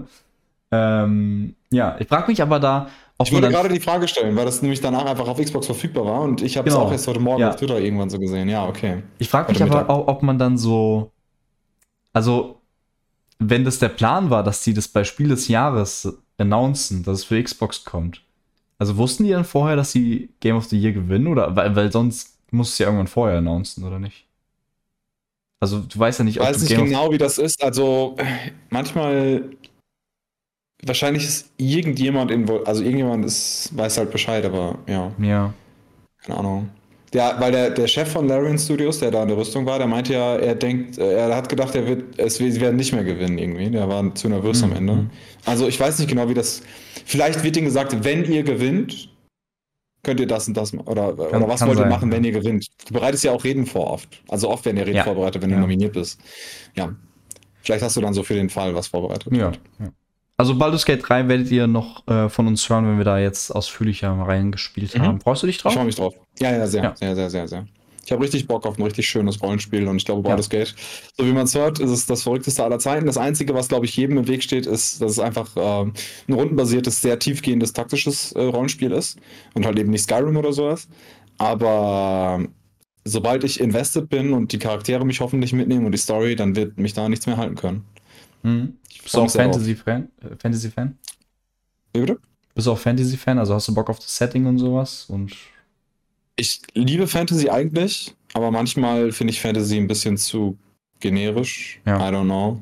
[SPEAKER 2] Ich frage mich aber da...
[SPEAKER 3] Ich wollte gerade die Frage stellen, weil das nämlich danach einfach auf Xbox verfügbar war und ich habe es auch erst heute Morgen auf Twitter irgendwann so gesehen. Ja, okay.
[SPEAKER 2] Ich frage mich aber auch, ob man dann so... Also... Wenn das der Plan war, dass die das bei Spiel des Jahres announcen, dass es für Xbox kommt. Also wussten die dann vorher, dass sie Game of the Year gewinnen? Oder weil sonst muss es ja irgendwann vorher announcen, oder nicht? Also du weißt ja nicht,
[SPEAKER 3] ob du nicht genau, wie das ist. Also manchmal wahrscheinlich ist irgendjemand involviert. Also irgendjemand weiß halt Bescheid, aber ja. Keine Ahnung. Weil der Chef von Larian Studios, der da in der Rüstung war, der meinte ja, er hat gedacht, sie werden nicht mehr gewinnen irgendwie. Der war zu nervös am Ende. Also ich weiß nicht genau, wie das... Vielleicht wird ihnen gesagt, wenn ihr gewinnt, könnt ihr das und das... Oder was wollt ihr machen, wenn ihr gewinnt? Du bereitest ja auch Reden vor oft. Also oft werden ja Reden vorbereitet, wenn du nominiert bist. Ja. Vielleicht hast du dann so für den Fall was vorbereitet.
[SPEAKER 2] Ja. Also Baldur's Gate 3 werdet ihr noch von uns hören, wenn wir da jetzt ausführlicher reingespielt haben. Freust du dich drauf?
[SPEAKER 3] Ich freue mich drauf. Ja, sehr. Ich habe richtig Bock auf ein richtig schönes Rollenspiel und ich glaube, Baldur's Gate, so wie man es hört, ist es das verrückteste aller Zeiten. Das Einzige, was, glaube ich, jedem im Weg steht, ist, dass es einfach ein rundenbasiertes, sehr tiefgehendes, taktisches Rollenspiel ist und halt eben nicht Skyrim oder sowas. Aber sobald ich invested bin und die Charaktere mich hoffentlich mitnehmen und die Story, dann wird mich da nichts mehr halten können.
[SPEAKER 2] Bist du auch Fantasy-Fan?
[SPEAKER 3] Wie bitte?
[SPEAKER 2] Bist du auch Fantasy-Fan? Also hast du Bock auf das Setting und sowas? Und
[SPEAKER 3] ich liebe Fantasy eigentlich, aber manchmal finde ich Fantasy ein bisschen zu generisch. I don't know.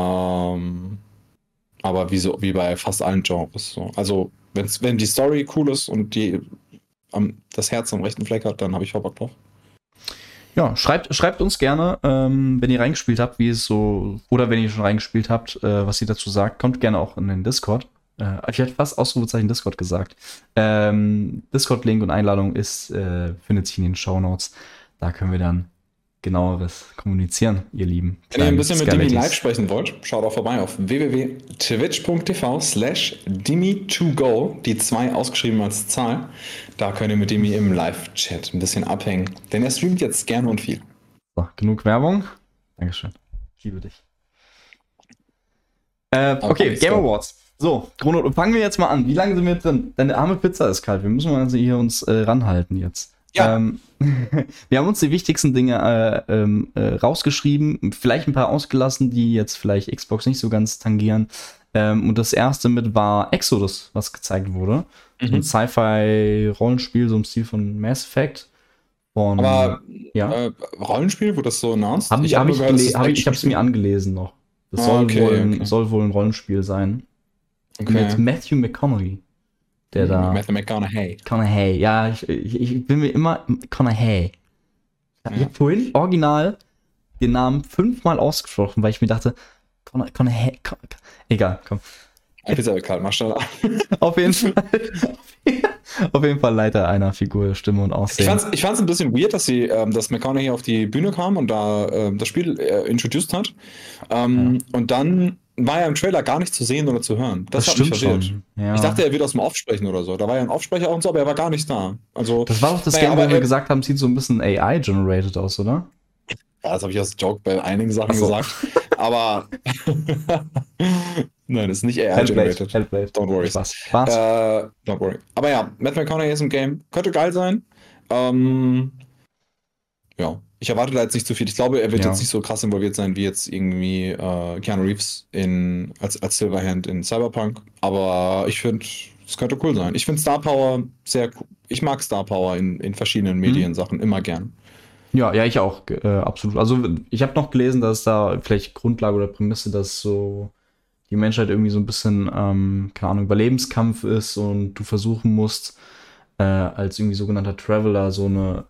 [SPEAKER 3] Aber wie bei fast allen Genres. So. Also wenn die Story cool ist und das Herz am rechten Fleck hat, dann habe ich voll Bock drauf.
[SPEAKER 2] Ja, schreibt uns gerne, wenn ihr reingespielt habt, wie es so, oder wenn ihr schon reingespielt habt, was ihr dazu sagt. Kommt gerne auch in den Discord. Ich hätte fast Ausrufezeichen Discord gesagt. Discord-Link und Einladung findet sich in den Shownotes. Da können wir dann genaueres kommunizieren, ihr Lieben.
[SPEAKER 3] Wenn ihr ein bisschen mit Dimi live sprechen wollt, schaut auch vorbei auf www.twitch.tv/Dimi2Go, die 2 ausgeschrieben als Zahl. Da könnt ihr mit Dimi im Live-Chat ein bisschen abhängen, denn er streamt jetzt gerne und viel.
[SPEAKER 2] So, genug Werbung. Dankeschön. Ich liebe dich. Okay, Game Awards. So, fangen wir jetzt mal an. Wie lange sind wir drin? Deine arme Pizza ist kalt. Wir müssen also hier uns ranhalten jetzt. Ja. Wir haben uns die wichtigsten Dinge rausgeschrieben, vielleicht ein paar ausgelassen, die jetzt vielleicht Xbox nicht so ganz tangieren. Und das erste mit war Exodus, was gezeigt wurde. So ein Sci-Fi-Rollenspiel, so im Stil von Mass Effect.
[SPEAKER 3] Aber Rollenspiel, wo das so announced?
[SPEAKER 2] Ich habe es mir angelesen noch. Das soll wohl ein Rollenspiel sein. Mit Matthew McConaughey.
[SPEAKER 3] Matthew McConaughey.
[SPEAKER 2] Ja, ich bin mir immer Conaughey. Ich habe vorhin original den Namen 5-mal ausgesprochen, weil ich mir dachte, Conaughey. Egal, komm.
[SPEAKER 3] Kalt, mach schneller.
[SPEAKER 2] Auf jeden Fall Leiter einer Figur, Stimme und Aussehen.
[SPEAKER 3] Ich fand's ein bisschen weird, dass McConaughey auf die Bühne kam und da das Spiel introduced hat. Und dann war ja im Trailer gar nicht zu sehen oder zu hören.
[SPEAKER 2] Das
[SPEAKER 3] hat mich
[SPEAKER 2] stimmt
[SPEAKER 3] verwirrt.
[SPEAKER 2] schon. Ja.
[SPEAKER 3] Ich dachte, er wird aus dem Off sprechen oder so. Da war ja ein Aufsprecher auch und so, aber er war gar nicht da. Also,
[SPEAKER 2] Das war doch das Game, wo wir gesagt haben, sieht so ein bisschen AI-generated aus, oder?
[SPEAKER 3] Ja, das habe ich als Joke bei einigen Sachen gesagt. Aber nein, das ist nicht AI-generated.
[SPEAKER 2] Hellblade.
[SPEAKER 3] Don't worry.
[SPEAKER 2] Was?
[SPEAKER 3] Don't worry. Aber ja, Matt McConaughey ist im Game. Könnte geil sein. Ja, ich erwarte da jetzt nicht zu viel. Ich glaube, er wird jetzt nicht so krass involviert sein wie jetzt irgendwie Keanu Reeves als Silverhand in Cyberpunk. Aber ich finde, es könnte cool sein. Ich finde Star Power sehr cool. Ich mag Star Power in verschiedenen Mediensachen immer gern.
[SPEAKER 2] Ja, ich auch, absolut. Also ich habe noch gelesen, dass da vielleicht Grundlage oder Prämisse, dass so die Menschheit irgendwie so ein bisschen, keine Ahnung, Überlebenskampf ist und du versuchen musst, als irgendwie sogenannter Traveler so eine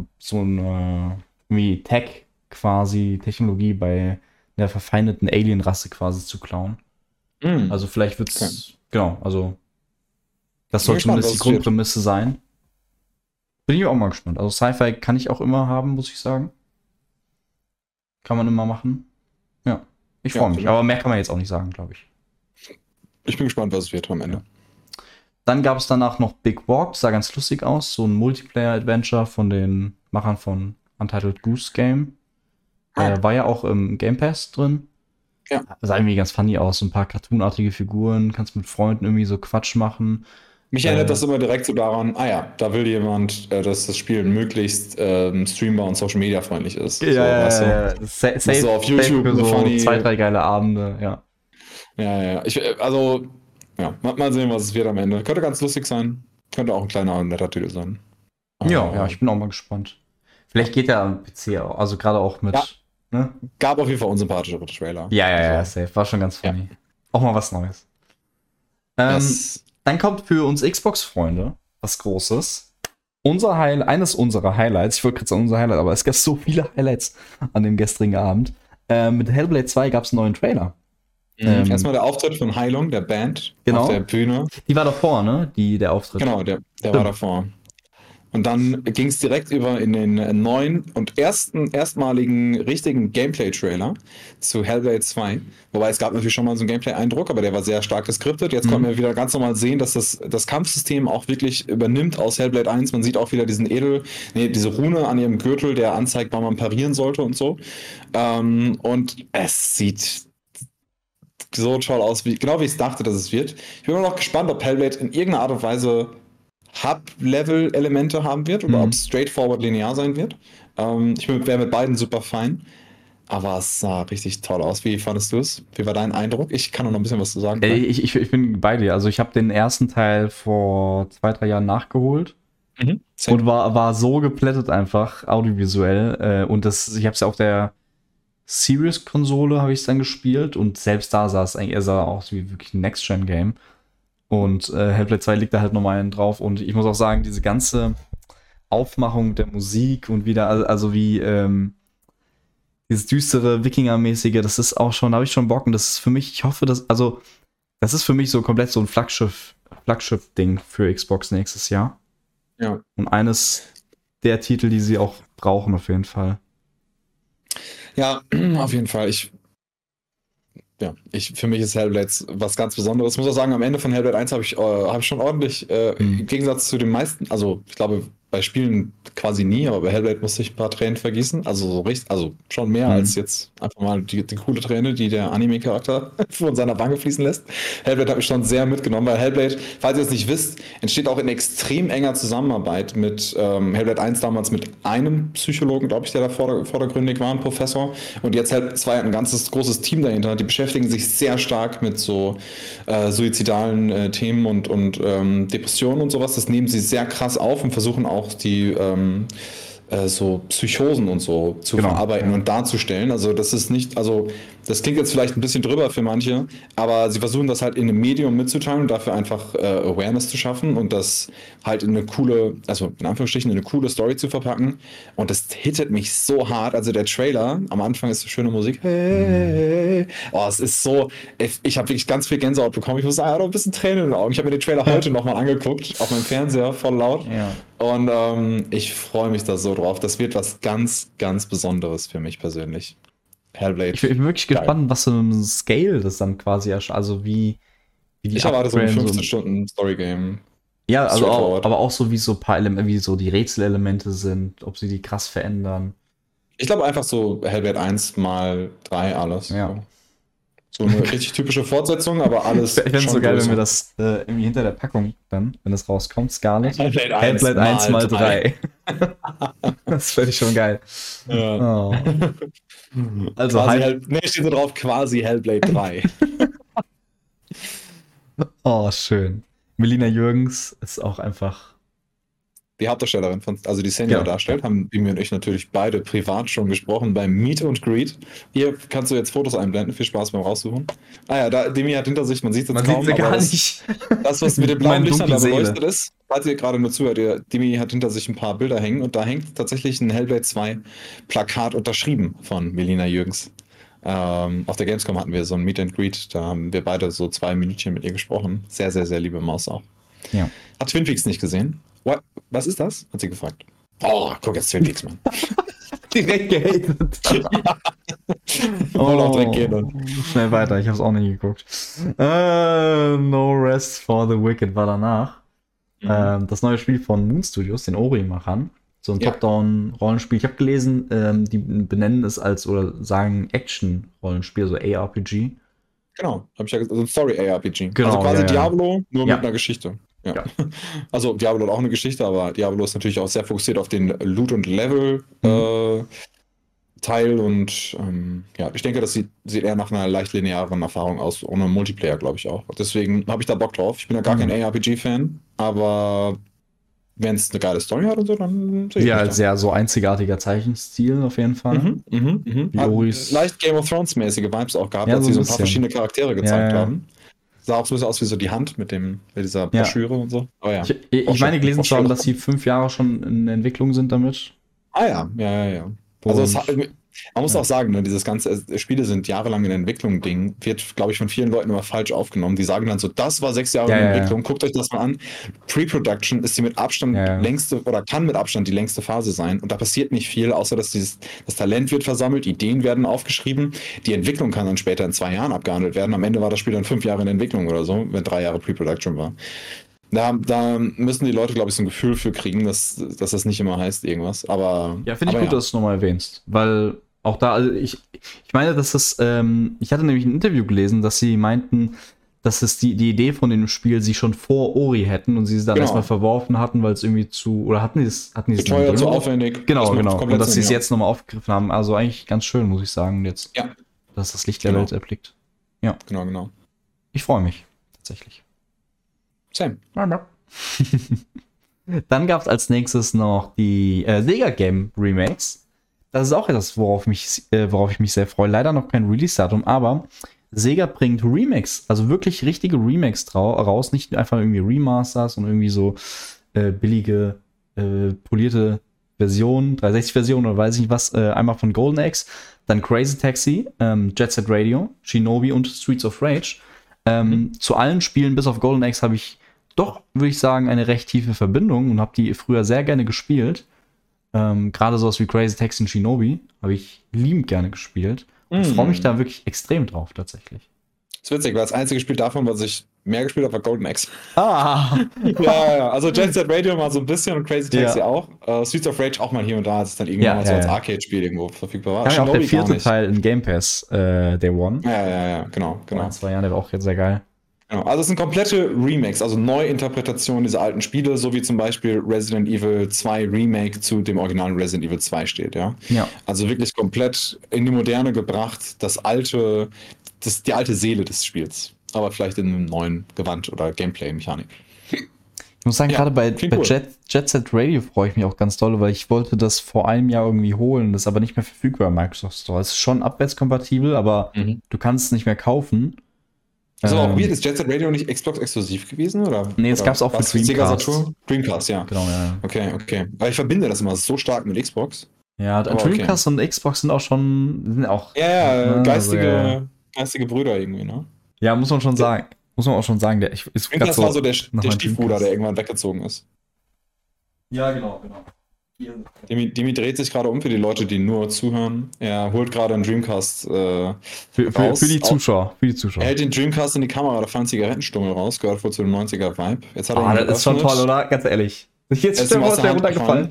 [SPEAKER 2] wie Technologie bei einer verfeindeten Alien-Rasse quasi zu klauen. Also vielleicht wird's, genau, also das soll zumindest die Grundprämisse sein. Bin ich auch mal gespannt. Also Sci-Fi kann ich auch immer haben, muss ich sagen. Kann man immer machen. Ja, ich freue mich. Aber mehr kann man jetzt auch nicht sagen, glaube ich.
[SPEAKER 3] Ich bin gespannt, was es wird am Ende.
[SPEAKER 2] Ja. Dann gab es danach noch Big Walk, das sah ganz lustig aus. So ein Multiplayer-Adventure von den Machern von Untitled Goose Game. War ja auch im Game Pass drin. Ja. Sah irgendwie ganz funny aus. So ein paar cartoonartige Figuren. Kannst mit Freunden irgendwie so Quatsch machen.
[SPEAKER 3] Mich erinnert das immer direkt so daran, da will jemand, dass das Spiel möglichst streambar und Social Media freundlich ist.
[SPEAKER 2] Ja,
[SPEAKER 3] so,
[SPEAKER 2] Safe,
[SPEAKER 3] so auf YouTube
[SPEAKER 2] für so 2-3 geile Abende, ja.
[SPEAKER 3] Ja. Mal sehen, was es wird am Ende. Könnte ganz lustig sein. Könnte auch ein kleiner, netter Titel sein.
[SPEAKER 2] Ja, ich bin auch mal gespannt. Vielleicht geht der am PC auch, also gerade auch mit.
[SPEAKER 3] Ja.
[SPEAKER 2] Ne?
[SPEAKER 3] Gab auf jeden Fall unsympathischere Trailer.
[SPEAKER 2] Ja, safe. War schon ganz funny. Ja. Auch mal was Neues. Dann kommt für uns Xbox-Freunde was Großes. Eines unserer Highlights, ich wollte gerade sagen unser Highlight, aber es gab so viele Highlights an dem gestrigen Abend. Mit Hellblade 2 gab es einen neuen Trailer.
[SPEAKER 3] Erstmal der Auftritt von Heilung, der Band, auf der Bühne.
[SPEAKER 2] Die war davor, ne? Der Auftritt.
[SPEAKER 3] Genau, der war davor. Und dann ging es direkt über in den neuen und erstmaligen richtigen Gameplay-Trailer zu Hellblade 2. Wobei es gab natürlich schon mal so einen Gameplay-Eindruck, aber der war sehr stark geskriptet. Jetzt konnten wir wieder ganz normal sehen, dass das Kampfsystem auch wirklich übernimmt aus Hellblade 1. Man sieht auch wieder diese Rune an ihrem Gürtel, der anzeigt, wann man parieren sollte und so. Und es sieht so toll aus, genau wie ich es dachte, dass es wird. Ich bin immer noch gespannt, ob Hellblade in irgendeiner Art und Weise Hub-Level-Elemente haben wird oder ob es straightforward linear sein wird. Ich wäre mit beiden super fein. Aber es sah richtig toll aus. Wie fandest du es? Wie war dein Eindruck? Ich kann noch ein bisschen was zu sagen.
[SPEAKER 2] Ich bin bei dir. Also ich habe den ersten Teil vor 2-3 Jahren nachgeholt. Und war so geplättet einfach, audiovisuell. Und ich habe es ja auf der Series-Konsole habe ich es dann gespielt. Und selbst da sah aus wie wirklich ein Next-Gen-Game. Und Hellblade 2 liegt da halt nochmal einen drauf. Und ich muss auch sagen, diese ganze Aufmachung der Musik und wieder, also wie dieses düstere Wikinger-mäßige, das ist auch schon, da habe ich schon Bock. Und das ist für mich, ich hoffe, das ist für mich so komplett so ein Flaggschiff-Ding für Xbox nächstes Jahr.
[SPEAKER 3] Ja.
[SPEAKER 2] Und eines der Titel, die sie auch brauchen, auf jeden Fall.
[SPEAKER 3] Ja, auf jeden Fall. Für mich ist Hellblade was ganz Besonderes. Ich muss auch sagen, am Ende von Hellblade 1 habe ich schon ordentlich, im Gegensatz zu den meisten, also ich glaube, bei Spielen quasi nie, aber bei Hellblade musste ich ein paar Tränen vergießen. Also schon mehr als jetzt einfach mal die coole Träne, die der Anime-Charakter von seiner Wange fließen lässt. Hellblade hat mich schon sehr mitgenommen, weil Hellblade, falls ihr es nicht wisst, entsteht auch in extrem enger Zusammenarbeit mit Hellblade 1 damals mit einem Psychologen, glaube ich, der da vordergründig war, ein Professor. Und jetzt Hellblade 2 hat ein ganzes großes Team dahinter. Die beschäftigen sich sehr stark mit so suizidalen Themen und Depressionen und sowas. Das nehmen sie sehr krass auf und versuchen auch die so Psychosen und so zu verarbeiten und darzustellen. Also das ist nicht, das klingt jetzt vielleicht ein bisschen drüber für manche, aber sie versuchen das halt in einem Medium mitzuteilen und dafür einfach Awareness zu schaffen und das halt in eine coole, also in Anführungsstrichen in eine coole Story zu verpacken. Und das hittet mich so hart. Also der Trailer, am Anfang ist so schöne Musik. Hey. Oh, es ist so, ich habe wirklich ganz viel Gänsehaut bekommen. Ich muss sagen, ich habe ein bisschen Tränen in den Augen. Ich habe mir den Trailer heute nochmal angeguckt, auf meinem Fernseher, voll laut.
[SPEAKER 2] Ja.
[SPEAKER 3] Und ich freue mich da so drauf. Das wird was ganz, ganz Besonderes für mich persönlich. Hellblade.
[SPEAKER 2] Ich bin wirklich gespannt, was für ein Scale das dann quasi also wie die
[SPEAKER 3] Ich erwarte so ein
[SPEAKER 2] upgraden,
[SPEAKER 3] 15 Stunden Story-Game.
[SPEAKER 2] Ja, also
[SPEAKER 3] straightforward.
[SPEAKER 2] aber auch so wie so ein paar Elemente, wie so die Rätselelemente sind, ob sie die krass verändern.
[SPEAKER 3] Ich glaube einfach so Hellblade 1 mal 3 alles.
[SPEAKER 2] Ja.
[SPEAKER 3] So eine richtig typische Fortsetzung, aber alles.
[SPEAKER 2] Ich fände es
[SPEAKER 3] schon
[SPEAKER 2] so geil,
[SPEAKER 3] größer.
[SPEAKER 2] wenn wir das irgendwie hinter der Packung dann, wenn das rauskommt, Scarlet.
[SPEAKER 3] Hellblade
[SPEAKER 2] 1 mal 3. Das fände ich schon geil.
[SPEAKER 3] Ja.
[SPEAKER 2] Oh. Also
[SPEAKER 3] steht so drauf, quasi Hellblade 3.
[SPEAKER 2] Oh, schön. Melina Jürgens ist auch einfach.
[SPEAKER 3] Die Hauptdarstellerin, also die Senior darstellt, haben wir und ich natürlich beide privat schon gesprochen beim Meet and Greet. Hier kannst du jetzt Fotos einblenden. Viel Spaß beim Raussuchen. Demi hat hinter sich, man sieht es jetzt kaum,
[SPEAKER 2] sieht sie gar nicht.
[SPEAKER 3] Das, was mit den blauen Lichtern da
[SPEAKER 2] Seele.
[SPEAKER 3] beleuchtet ist, falls ihr gerade nur zuhört, Demi hat hinter sich ein paar Bilder hängen und da hängt tatsächlich ein Hellblade 2 Plakat unterschrieben von Melina Jürgens. Auf der Gamescom hatten wir so ein Meet and Greet, da haben wir beide so 2 Minütchen mit ihr gesprochen. Sehr, sehr, sehr liebe Maus auch.
[SPEAKER 2] Ja.
[SPEAKER 3] Hat Twin Peaks nicht gesehen? Was ist das? Hat sie gefragt. Oh, guck jetzt Twin Peaks, Mann.
[SPEAKER 2] Direkt gehatet.
[SPEAKER 3] Auch direkt gehen.
[SPEAKER 2] Schnell weiter, ich hab's auch nicht geguckt. No Rest for the Wicked war danach. Das neue Spiel von Moon Studios, den Ori-Machern. So ein Top-Down-Rollenspiel. Ich habe gelesen, die benennen es als oder sagen Action-Rollenspiel, so ARPG.
[SPEAKER 3] Genau, habe ich ja gesagt, also ein Story-ARPG.
[SPEAKER 2] Genau,
[SPEAKER 3] also quasi Diablo, nur mit einer Geschichte.
[SPEAKER 2] Ja.
[SPEAKER 3] Also Diablo hat auch eine Geschichte, aber Diablo ist natürlich auch sehr fokussiert auf den Loot- und Level-Teil und ich denke, das sieht eher nach einer leicht linearen Erfahrung aus, ohne Multiplayer, glaube ich auch. Deswegen habe ich da Bock drauf. Ich bin ja gar kein ARPG-Fan, aber wenn es eine geile Story hat und so, dann sehe ich
[SPEAKER 2] ja, sehr so einzigartiger Zeichenstil auf jeden Fall.
[SPEAKER 3] Leicht Game of Thrones-mäßige Vibes auch gehabt, als
[SPEAKER 2] so
[SPEAKER 3] sie so ein paar verschiedene Charaktere gezeigt haben. Sah auch so ein bisschen aus wie so die Hand mit dieser Broschüre und so. Aber ja.
[SPEAKER 2] Ich meine gelesen zu haben, dass sie 5 Jahre schon in Entwicklung sind damit.
[SPEAKER 3] Ja. Also man muss auch sagen, ne, dieses ganze Spiele sind jahrelang in Entwicklung Ding, wird, glaube ich, von vielen Leuten immer falsch aufgenommen. Die sagen dann so, das war 6 Jahre in Entwicklung, guckt euch das mal an. Pre-Production ist die mit Abstand längste oder kann mit Abstand die längste Phase sein und da passiert nicht viel, außer dass das Talent wird versammelt, Ideen werden aufgeschrieben, die Entwicklung kann dann später in 2 Jahren abgehandelt werden. Am Ende war das Spiel dann 5 Jahre in Entwicklung oder so, wenn 3 Jahre Pre-Production war. Da müssen die Leute, glaube ich, so ein Gefühl für kriegen, dass das nicht immer heißt irgendwas. Aber
[SPEAKER 2] ja, finde ich gut, dass du es nochmal erwähnst, weil auch da, also ich meine, dass das, ich hatte nämlich ein Interview gelesen, dass sie meinten, dass es die Idee von dem Spiel sie schon vor Ori hätten und sie es dann erstmal verworfen hatten, weil es irgendwie hatten die es
[SPEAKER 3] teuer, zu aufwendig.
[SPEAKER 2] Genau. Und dass sie es jetzt nochmal aufgegriffen haben. Also eigentlich ganz schön, muss ich sagen, jetzt, dass das Licht der Welt erblickt. Ja.
[SPEAKER 3] Genau.
[SPEAKER 2] Ich freue mich, tatsächlich.
[SPEAKER 3] Same.
[SPEAKER 2] Dann gab es als nächstes noch die Sega Game Remakes. Das ist auch etwas, worauf ich mich sehr freue. Leider noch kein Release-Datum, aber Sega bringt Remakes, also wirklich richtige Remakes raus, nicht einfach irgendwie Remasters und irgendwie so billige, polierte Versionen, 360-Versionen oder weiß ich nicht was, einmal von Golden Axe, dann Crazy Taxi, Jet Set Radio, Shinobi und Streets of Rage. Zu allen Spielen bis auf Golden Axe habe ich doch, würde ich sagen, eine recht tiefe Verbindung und habe die früher sehr gerne gespielt. Gerade sowas wie Crazy Taxi und Shinobi habe ich liebend gerne gespielt. Und freue mich da wirklich extrem drauf, tatsächlich.
[SPEAKER 3] Das ist witzig, weil das einzige Spiel davon, was ich mehr gespielt habe, war Golden Axe.
[SPEAKER 2] Ja.
[SPEAKER 3] Also Jet Set Radio mal so ein bisschen und Crazy Taxi auch. Streets of Rage auch mal hier und da, als es dann irgendwann mal so als Arcade-Spiel irgendwo verfügbar war.
[SPEAKER 2] Ja, auch der 4. Teil in Game Pass, Day One.
[SPEAKER 3] Ja, genau.
[SPEAKER 2] Vor 2 Jahren, der war auch jetzt sehr geil.
[SPEAKER 3] Genau. Also es sind komplette Remakes, also Neuinterpretationen dieser alten Spiele, so wie zum Beispiel Resident Evil 2 Remake zu dem originalen Resident Evil 2 steht, ja. Also wirklich komplett in die Moderne gebracht, die alte Seele des Spiels, aber vielleicht in einem neuen Gewand oder Gameplay-Mechanik.
[SPEAKER 2] Ich muss sagen, gerade bei cool. Jet Set Radio freue ich mich auch ganz doll, weil ich wollte das vor einem Jahr irgendwie holen, das ist aber nicht mehr verfügbar im Microsoft Store. Es ist schon abwärtskompatibel, aber du kannst es nicht mehr kaufen.
[SPEAKER 3] Also auch weird, ist Jet Set Radio nicht Xbox-exklusiv gewesen? Oder?
[SPEAKER 2] Nee, es gab es auch für Dreamcast.
[SPEAKER 3] Dreamcast, ja.
[SPEAKER 2] Genau, ja.
[SPEAKER 3] Okay. Weil ich verbinde das immer so stark mit Xbox.
[SPEAKER 2] Ja, Dreamcast und Xbox sind auch
[SPEAKER 3] Ja, geistige Brüder irgendwie, ne?
[SPEAKER 2] Ja, muss man schon sagen. Der
[SPEAKER 3] Dreamcast war so der Stiefbruder, der irgendwann weggezogen ist.
[SPEAKER 2] Ja, genau.
[SPEAKER 3] Dimi dreht sich gerade um für die Leute, die nur zuhören. Er holt gerade einen Dreamcast
[SPEAKER 2] Für die Zuschauer.
[SPEAKER 3] Er hält den Dreamcast in die Kamera, da fallen Zigarettenstummel raus, gehört wohl zu dem 90er-Vibe. Jetzt hat er ihn
[SPEAKER 2] das ist schon toll, oder? Ganz ehrlich. Jetzt ist der runtergefallen.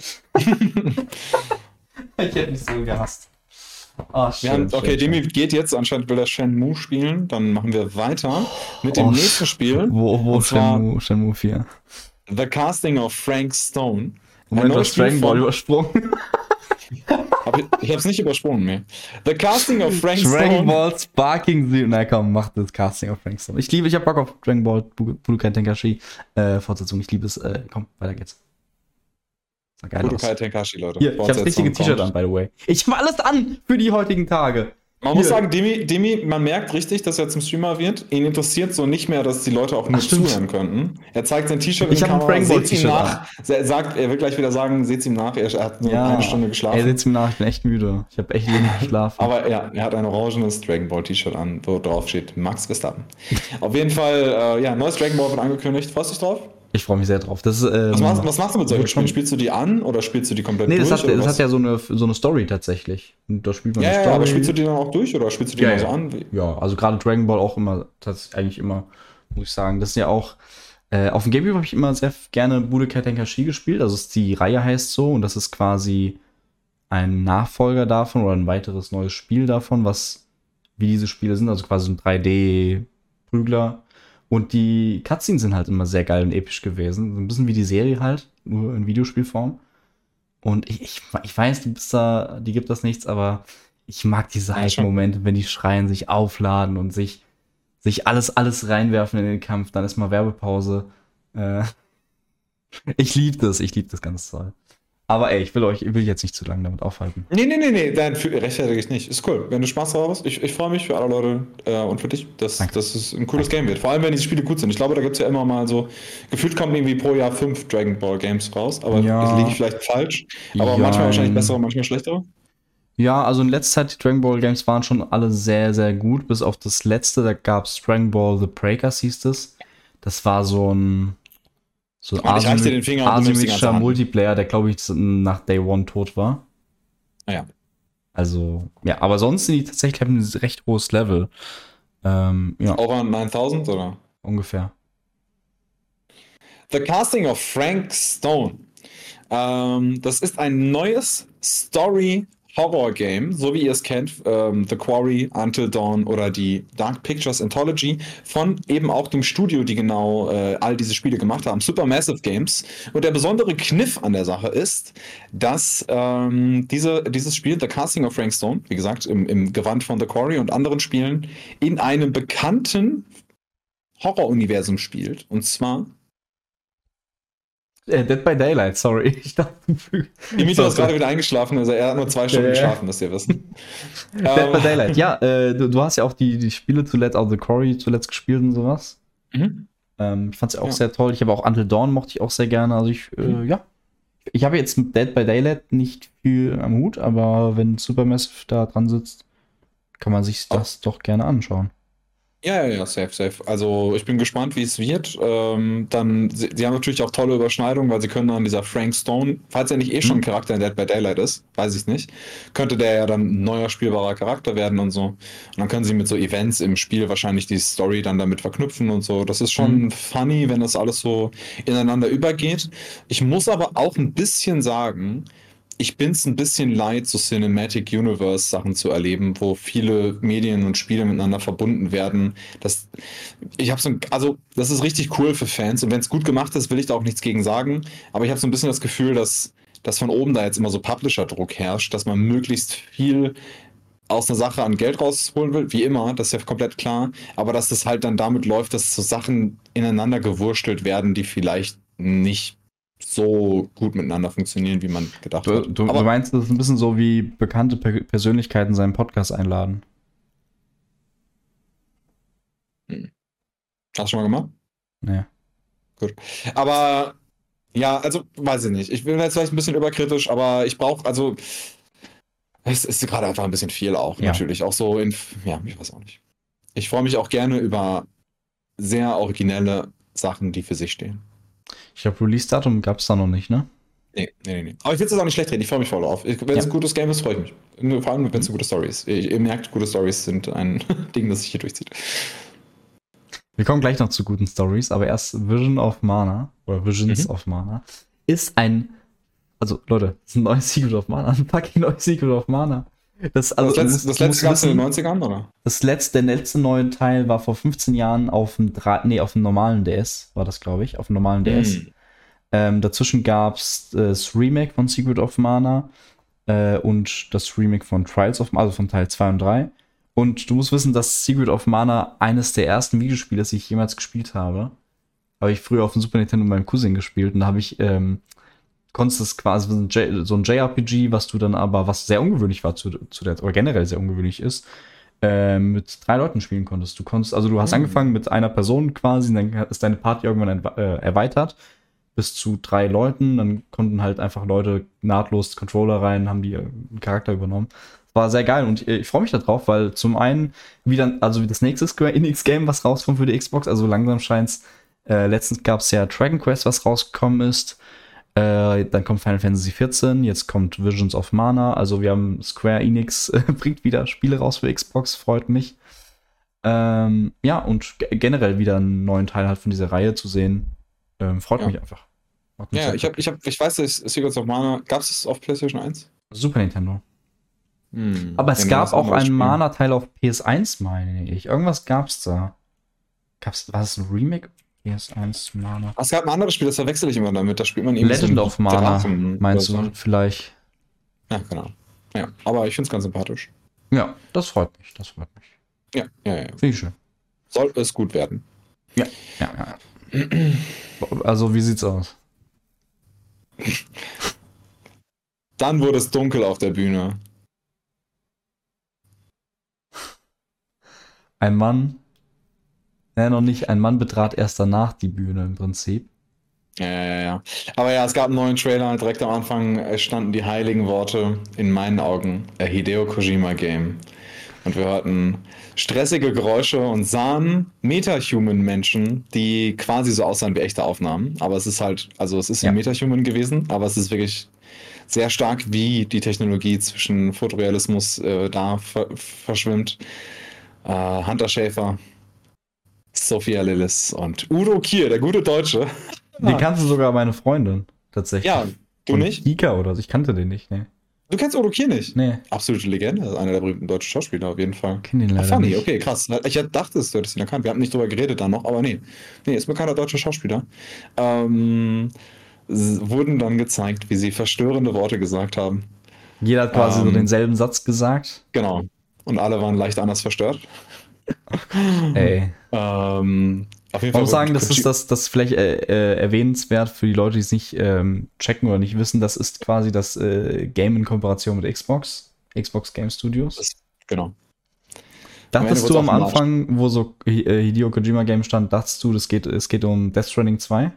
[SPEAKER 2] Ich hätte mich so gehasst.
[SPEAKER 3] Okay, Demi geht jetzt, anscheinend will er Shenmue spielen. Dann machen wir weiter mit dem nächsten Spiel.
[SPEAKER 2] Wo Shenmue 4?
[SPEAKER 3] The Casting of Frank Stone.
[SPEAKER 2] Moment, du hast Dragon Ball übersprungen.
[SPEAKER 3] Ich hab's nicht übersprungen, mehr. The Casting of Frank Stone.
[SPEAKER 2] Dragon Ball Sparking Zero. Na komm, mach das Casting of Frank Stone. Ich hab Bock auf Dragon Ball Budokai Tenkaichi Fortsetzung. Ich liebe es. Komm, weiter geht's.
[SPEAKER 3] Budokai Tenkaichi, Leute.
[SPEAKER 2] Hier, ich hab das richtige T-Shirt an, by the way. Ich hab alles an für die heutigen Tage.
[SPEAKER 3] Man muss sagen, Demi, man merkt richtig, dass er zum Streamer wird. Ihn interessiert so nicht mehr, dass die Leute auch nur zuhören könnten. Er zeigt sein T-Shirt in die Kamera, seht ihm nach. Er wird gleich wieder sagen, seht's ihm nach. Er hat nur eine Stunde geschlafen.
[SPEAKER 2] Seht's ihm nach, ich bin echt müde. Ich habe echt wenig geschlafen.
[SPEAKER 3] Aber ja, er hat ein orangenes Dragon Ball T-Shirt an, wo drauf steht Max Verstappen. Auf jeden Fall, neues Dragon Ball wird angekündigt. Freust du dich drauf?
[SPEAKER 2] Ich freue mich sehr drauf. Was
[SPEAKER 3] machst du mit solchen Spielen? Spielst du die an oder spielst du die komplett durch?
[SPEAKER 2] Das hat ja so eine Story tatsächlich. Und da spielt man die Story.
[SPEAKER 3] Ja, aber spielst du die dann auch durch oder spielst du die immer so an?
[SPEAKER 2] Ja, also gerade Dragon Ball auch immer, eigentlich immer, muss ich sagen. Das ist ja auch, auf dem Gamecube habe ich immer sehr gerne Budokai Tenkaichi gespielt. Also die Reihe heißt so und das ist quasi ein Nachfolger davon oder ein weiteres neues Spiel davon, wie diese Spiele sind. Also quasi ein 3D-Prügler. Und die Cutscenes sind halt immer sehr geil und episch gewesen. So ein bisschen wie die Serie halt, nur in Videospielform. Und ich weiß, die gibt das nichts, aber ich mag diese Hype-Momente, wenn die schreien, sich aufladen und sich alles reinwerfen in den Kampf. Dann ist mal Werbepause. Ich liebe das ganz toll. Aber ey, ich will jetzt nicht zu lange damit aufhalten.
[SPEAKER 3] Nee, dann rechtfertige ich nicht. Ist cool. Wenn du Spaß drauf hast, ich freue mich für alle Leute und für dich, dass es ein cooles Game wird. Vor allem, wenn diese Spiele gut sind. Ich glaube, da gibt es ja immer mal so, gefühlt kommen irgendwie pro Jahr 5 Dragon Ball Games raus, aber das liege ich vielleicht falsch. Aber manchmal wahrscheinlich bessere, manchmal schlechtere.
[SPEAKER 2] Ja, also in letzter Zeit, die Dragon Ball Games waren schon alle sehr, sehr gut. Bis auf das letzte, da gab es Dragon Ball The Breakers, hieß das. Das war so ein asymmetrischer Multiplayer, der, glaube ich, nach Day One tot war.
[SPEAKER 3] Ja.
[SPEAKER 2] Also, ja, aber sonst sind die tatsächlich haben ein recht hohes Level.
[SPEAKER 3] Over 9000, oder?
[SPEAKER 2] Ungefähr.
[SPEAKER 3] The Casting of Frank Stone. Das ist ein neues Story-Horror-Game, so wie ihr es kennt, The Quarry, Until Dawn oder die Dark Pictures Anthology von eben auch dem Studio, die genau all diese Spiele gemacht haben, Supermassive Games. Und der besondere Kniff an der Sache ist, dass dieses Spiel, The Casting of Frank Stone, wie gesagt, im Gewand von The Quarry und anderen Spielen, in einem bekannten Horror-Universum spielt. Und zwar
[SPEAKER 2] Dead by Daylight, sorry. Ich dachte,
[SPEAKER 3] Dimitri ist gerade wieder eingeschlafen, also er hat nur 2 Stunden geschlafen, müsst ihr wissen.
[SPEAKER 2] Dead by Daylight, ja, du hast ja auch die Spiele zuletzt, auch The Quarry zuletzt gespielt und sowas. Mhm. Ich fand es auch sehr toll. Ich habe auch Until Dawn mochte ich auch sehr gerne. Also ich habe jetzt mit Dead by Daylight nicht viel am Hut, aber wenn Supermassive da dran sitzt, kann man sich das doch gerne anschauen.
[SPEAKER 3] Ja, safe. Also ich bin gespannt, wie es wird. Sie haben natürlich auch tolle Überschneidungen, weil sie können dann dieser Frank Stone, falls er nicht schon ein Charakter in Dead by Daylight ist, weiß ich nicht, könnte der ja dann ein neuer spielbarer Charakter werden und so. Und dann können sie mit so Events im Spiel wahrscheinlich die Story dann damit verknüpfen und so. Das ist schon funny, wenn das alles so ineinander übergeht. Ich muss aber auch ein bisschen sagen, ich bin es ein bisschen leid, so Cinematic Universe Sachen zu erleben, wo viele Medien und Spiele miteinander verbunden werden. Das ist richtig cool für Fans und wenn es gut gemacht ist, will ich da auch nichts gegen sagen. Aber ich habe so ein bisschen das Gefühl, dass von oben da jetzt immer so Publisher-Druck herrscht, dass man möglichst viel aus einer Sache an Geld rausholen will, wie immer, das ist ja komplett klar. Aber dass das halt dann damit läuft, dass so Sachen ineinander gewurstelt werden, die vielleicht nicht so gut miteinander funktionieren, wie man gedacht hat.
[SPEAKER 2] Du meinst, das ist ein bisschen so wie bekannte Persönlichkeiten seinen Podcast einladen?
[SPEAKER 3] Hast du schon mal gemacht?
[SPEAKER 2] Ja.
[SPEAKER 3] Gut. Aber ja, also weiß ich nicht. Ich bin jetzt vielleicht ein bisschen überkritisch, aber ich brauche, also es ist gerade einfach ein bisschen viel auch, natürlich. Auch so ich weiß auch nicht. Ich freue mich auch gerne über sehr originelle Sachen, die für sich stehen.
[SPEAKER 2] Ich glaube, Release-Datum gab es da noch nicht, ne?
[SPEAKER 3] Nee. Aber ich will es auch nicht schlecht reden, ich freue mich voll drauf. Wenn es ein gutes Game ist, freue ich mich. Vor allem, wenn es eine gute Story ist. Ihr merkt, gute Stories sind ein Ding, das sich hier durchzieht.
[SPEAKER 2] Wir kommen gleich noch zu guten Stories, aber erst Vision of Mana oder Visions of Mana ist also Leute, das ist ein neues Secret of Mana, ein fucking neues Secret of Mana.
[SPEAKER 3] Das letzte gab es in den 90ern, oder?
[SPEAKER 2] Der letzte neue Teil war vor 15 Jahren auf dem normalen DS, war das, glaube ich, auf dem normalen DS. Dazwischen gab es das Remake von Secret of Mana und das Remake von Trials of Mana, also von Teil 2 und 3. Und du musst wissen, dass Secret of Mana eines der ersten Videospiele ist, die ich jemals gespielt habe. Habe ich früher auf dem Super Nintendo mit meinem Cousin gespielt und da habe ich konntest es quasi so ein JRPG, was sehr ungewöhnlich war oder generell sehr ungewöhnlich ist, mit 3 Leuten spielen konntest. Du hast angefangen mit einer Person quasi, und dann ist deine Party irgendwann erweitert bis zu 3 Leuten. Dann konnten halt einfach Leute nahtlos Controller rein, haben die einen Charakter übernommen. War sehr geil und ich freue mich darauf, weil zum einen wie das nächste Square Enix Game, was rauskommt für die Xbox, also langsam scheint's. Letztens gab es ja Dragon Quest, was rausgekommen ist. Dann kommt Final Fantasy XIV, jetzt kommt Visions of Mana. Also wir haben Square Enix bringt wieder Spiele raus für Xbox, freut mich. Und generell wieder einen neuen Teil halt von dieser Reihe zu sehen, freut mich einfach.
[SPEAKER 3] Ja, ich weiß, dass Secrets of Mana, gab es auf PlayStation 1?
[SPEAKER 2] Super Nintendo. Aber es gab auch einen Mana-Teil auf PS1, meine ich. Irgendwas gab's da. War es ein Remake? PS1 Mana.
[SPEAKER 3] Es gab ein anderes Spiel, das verwechsel ich immer damit. Da spielt man eben
[SPEAKER 2] Legend of Mana, meinst du vielleicht?
[SPEAKER 3] Ja, genau. Ja, aber ich finde es ganz sympathisch.
[SPEAKER 2] Ja, das freut mich.
[SPEAKER 3] Ja.
[SPEAKER 2] Finde ich schön.
[SPEAKER 3] Soll es gut werden.
[SPEAKER 2] Ja. Also, wie sieht's aus?
[SPEAKER 3] Dann wurde es dunkel auf der Bühne.
[SPEAKER 2] Ein Mann betrat erst danach die Bühne im Prinzip.
[SPEAKER 3] Ja. Aber ja, es gab einen neuen Trailer. Direkt am Anfang standen die heiligen Worte, in meinen Augen, a Hideo Kojima Game. Und wir hörten stressige Geräusche und sahen Metahuman-Menschen, die quasi so aussahen wie echte Aufnahmen. Aber es ist ein Metahuman gewesen, aber es ist wirklich sehr stark, wie die Technologie zwischen Fotorealismus verschwimmt. Hunter Schäfer, Sophia Lillis und Udo Kier, der gute Deutsche.
[SPEAKER 2] Den kannte sogar meine Freundin, tatsächlich.
[SPEAKER 3] Ja, du
[SPEAKER 2] und
[SPEAKER 3] nicht?
[SPEAKER 2] Kika oder so, ich kannte den nicht, ne.
[SPEAKER 3] Du kennst Udo Kier nicht?
[SPEAKER 2] Nee.
[SPEAKER 3] Absolute Legende, einer der berühmten deutschen Schauspieler auf jeden Fall.
[SPEAKER 2] Kenn ihn leider
[SPEAKER 3] funny,
[SPEAKER 2] nicht.
[SPEAKER 3] Okay, krass. Ich dachte, du hättest ihn erkannt. Wir haben nicht drüber geredet dann noch, aber nee. Nee, ist mir keiner deutscher Schauspieler. Wurden dann gezeigt, wie sie verstörende Worte gesagt haben.
[SPEAKER 2] Jeder hat quasi so denselben Satz gesagt.
[SPEAKER 3] Genau. Und alle waren leicht anders verstört.
[SPEAKER 2] Ey.
[SPEAKER 3] Auf jeden Fall.
[SPEAKER 2] Ich muss sagen, das ist vielleicht erwähnenswert für die Leute, die es nicht checken oder nicht wissen. Das ist quasi das Game in Kooperation mit Xbox Game Studios.
[SPEAKER 3] Genau.
[SPEAKER 2] Dachtest du am Anfang, wo so Hideo Kojima Game stand, dachtest du, es geht um Death Stranding 2?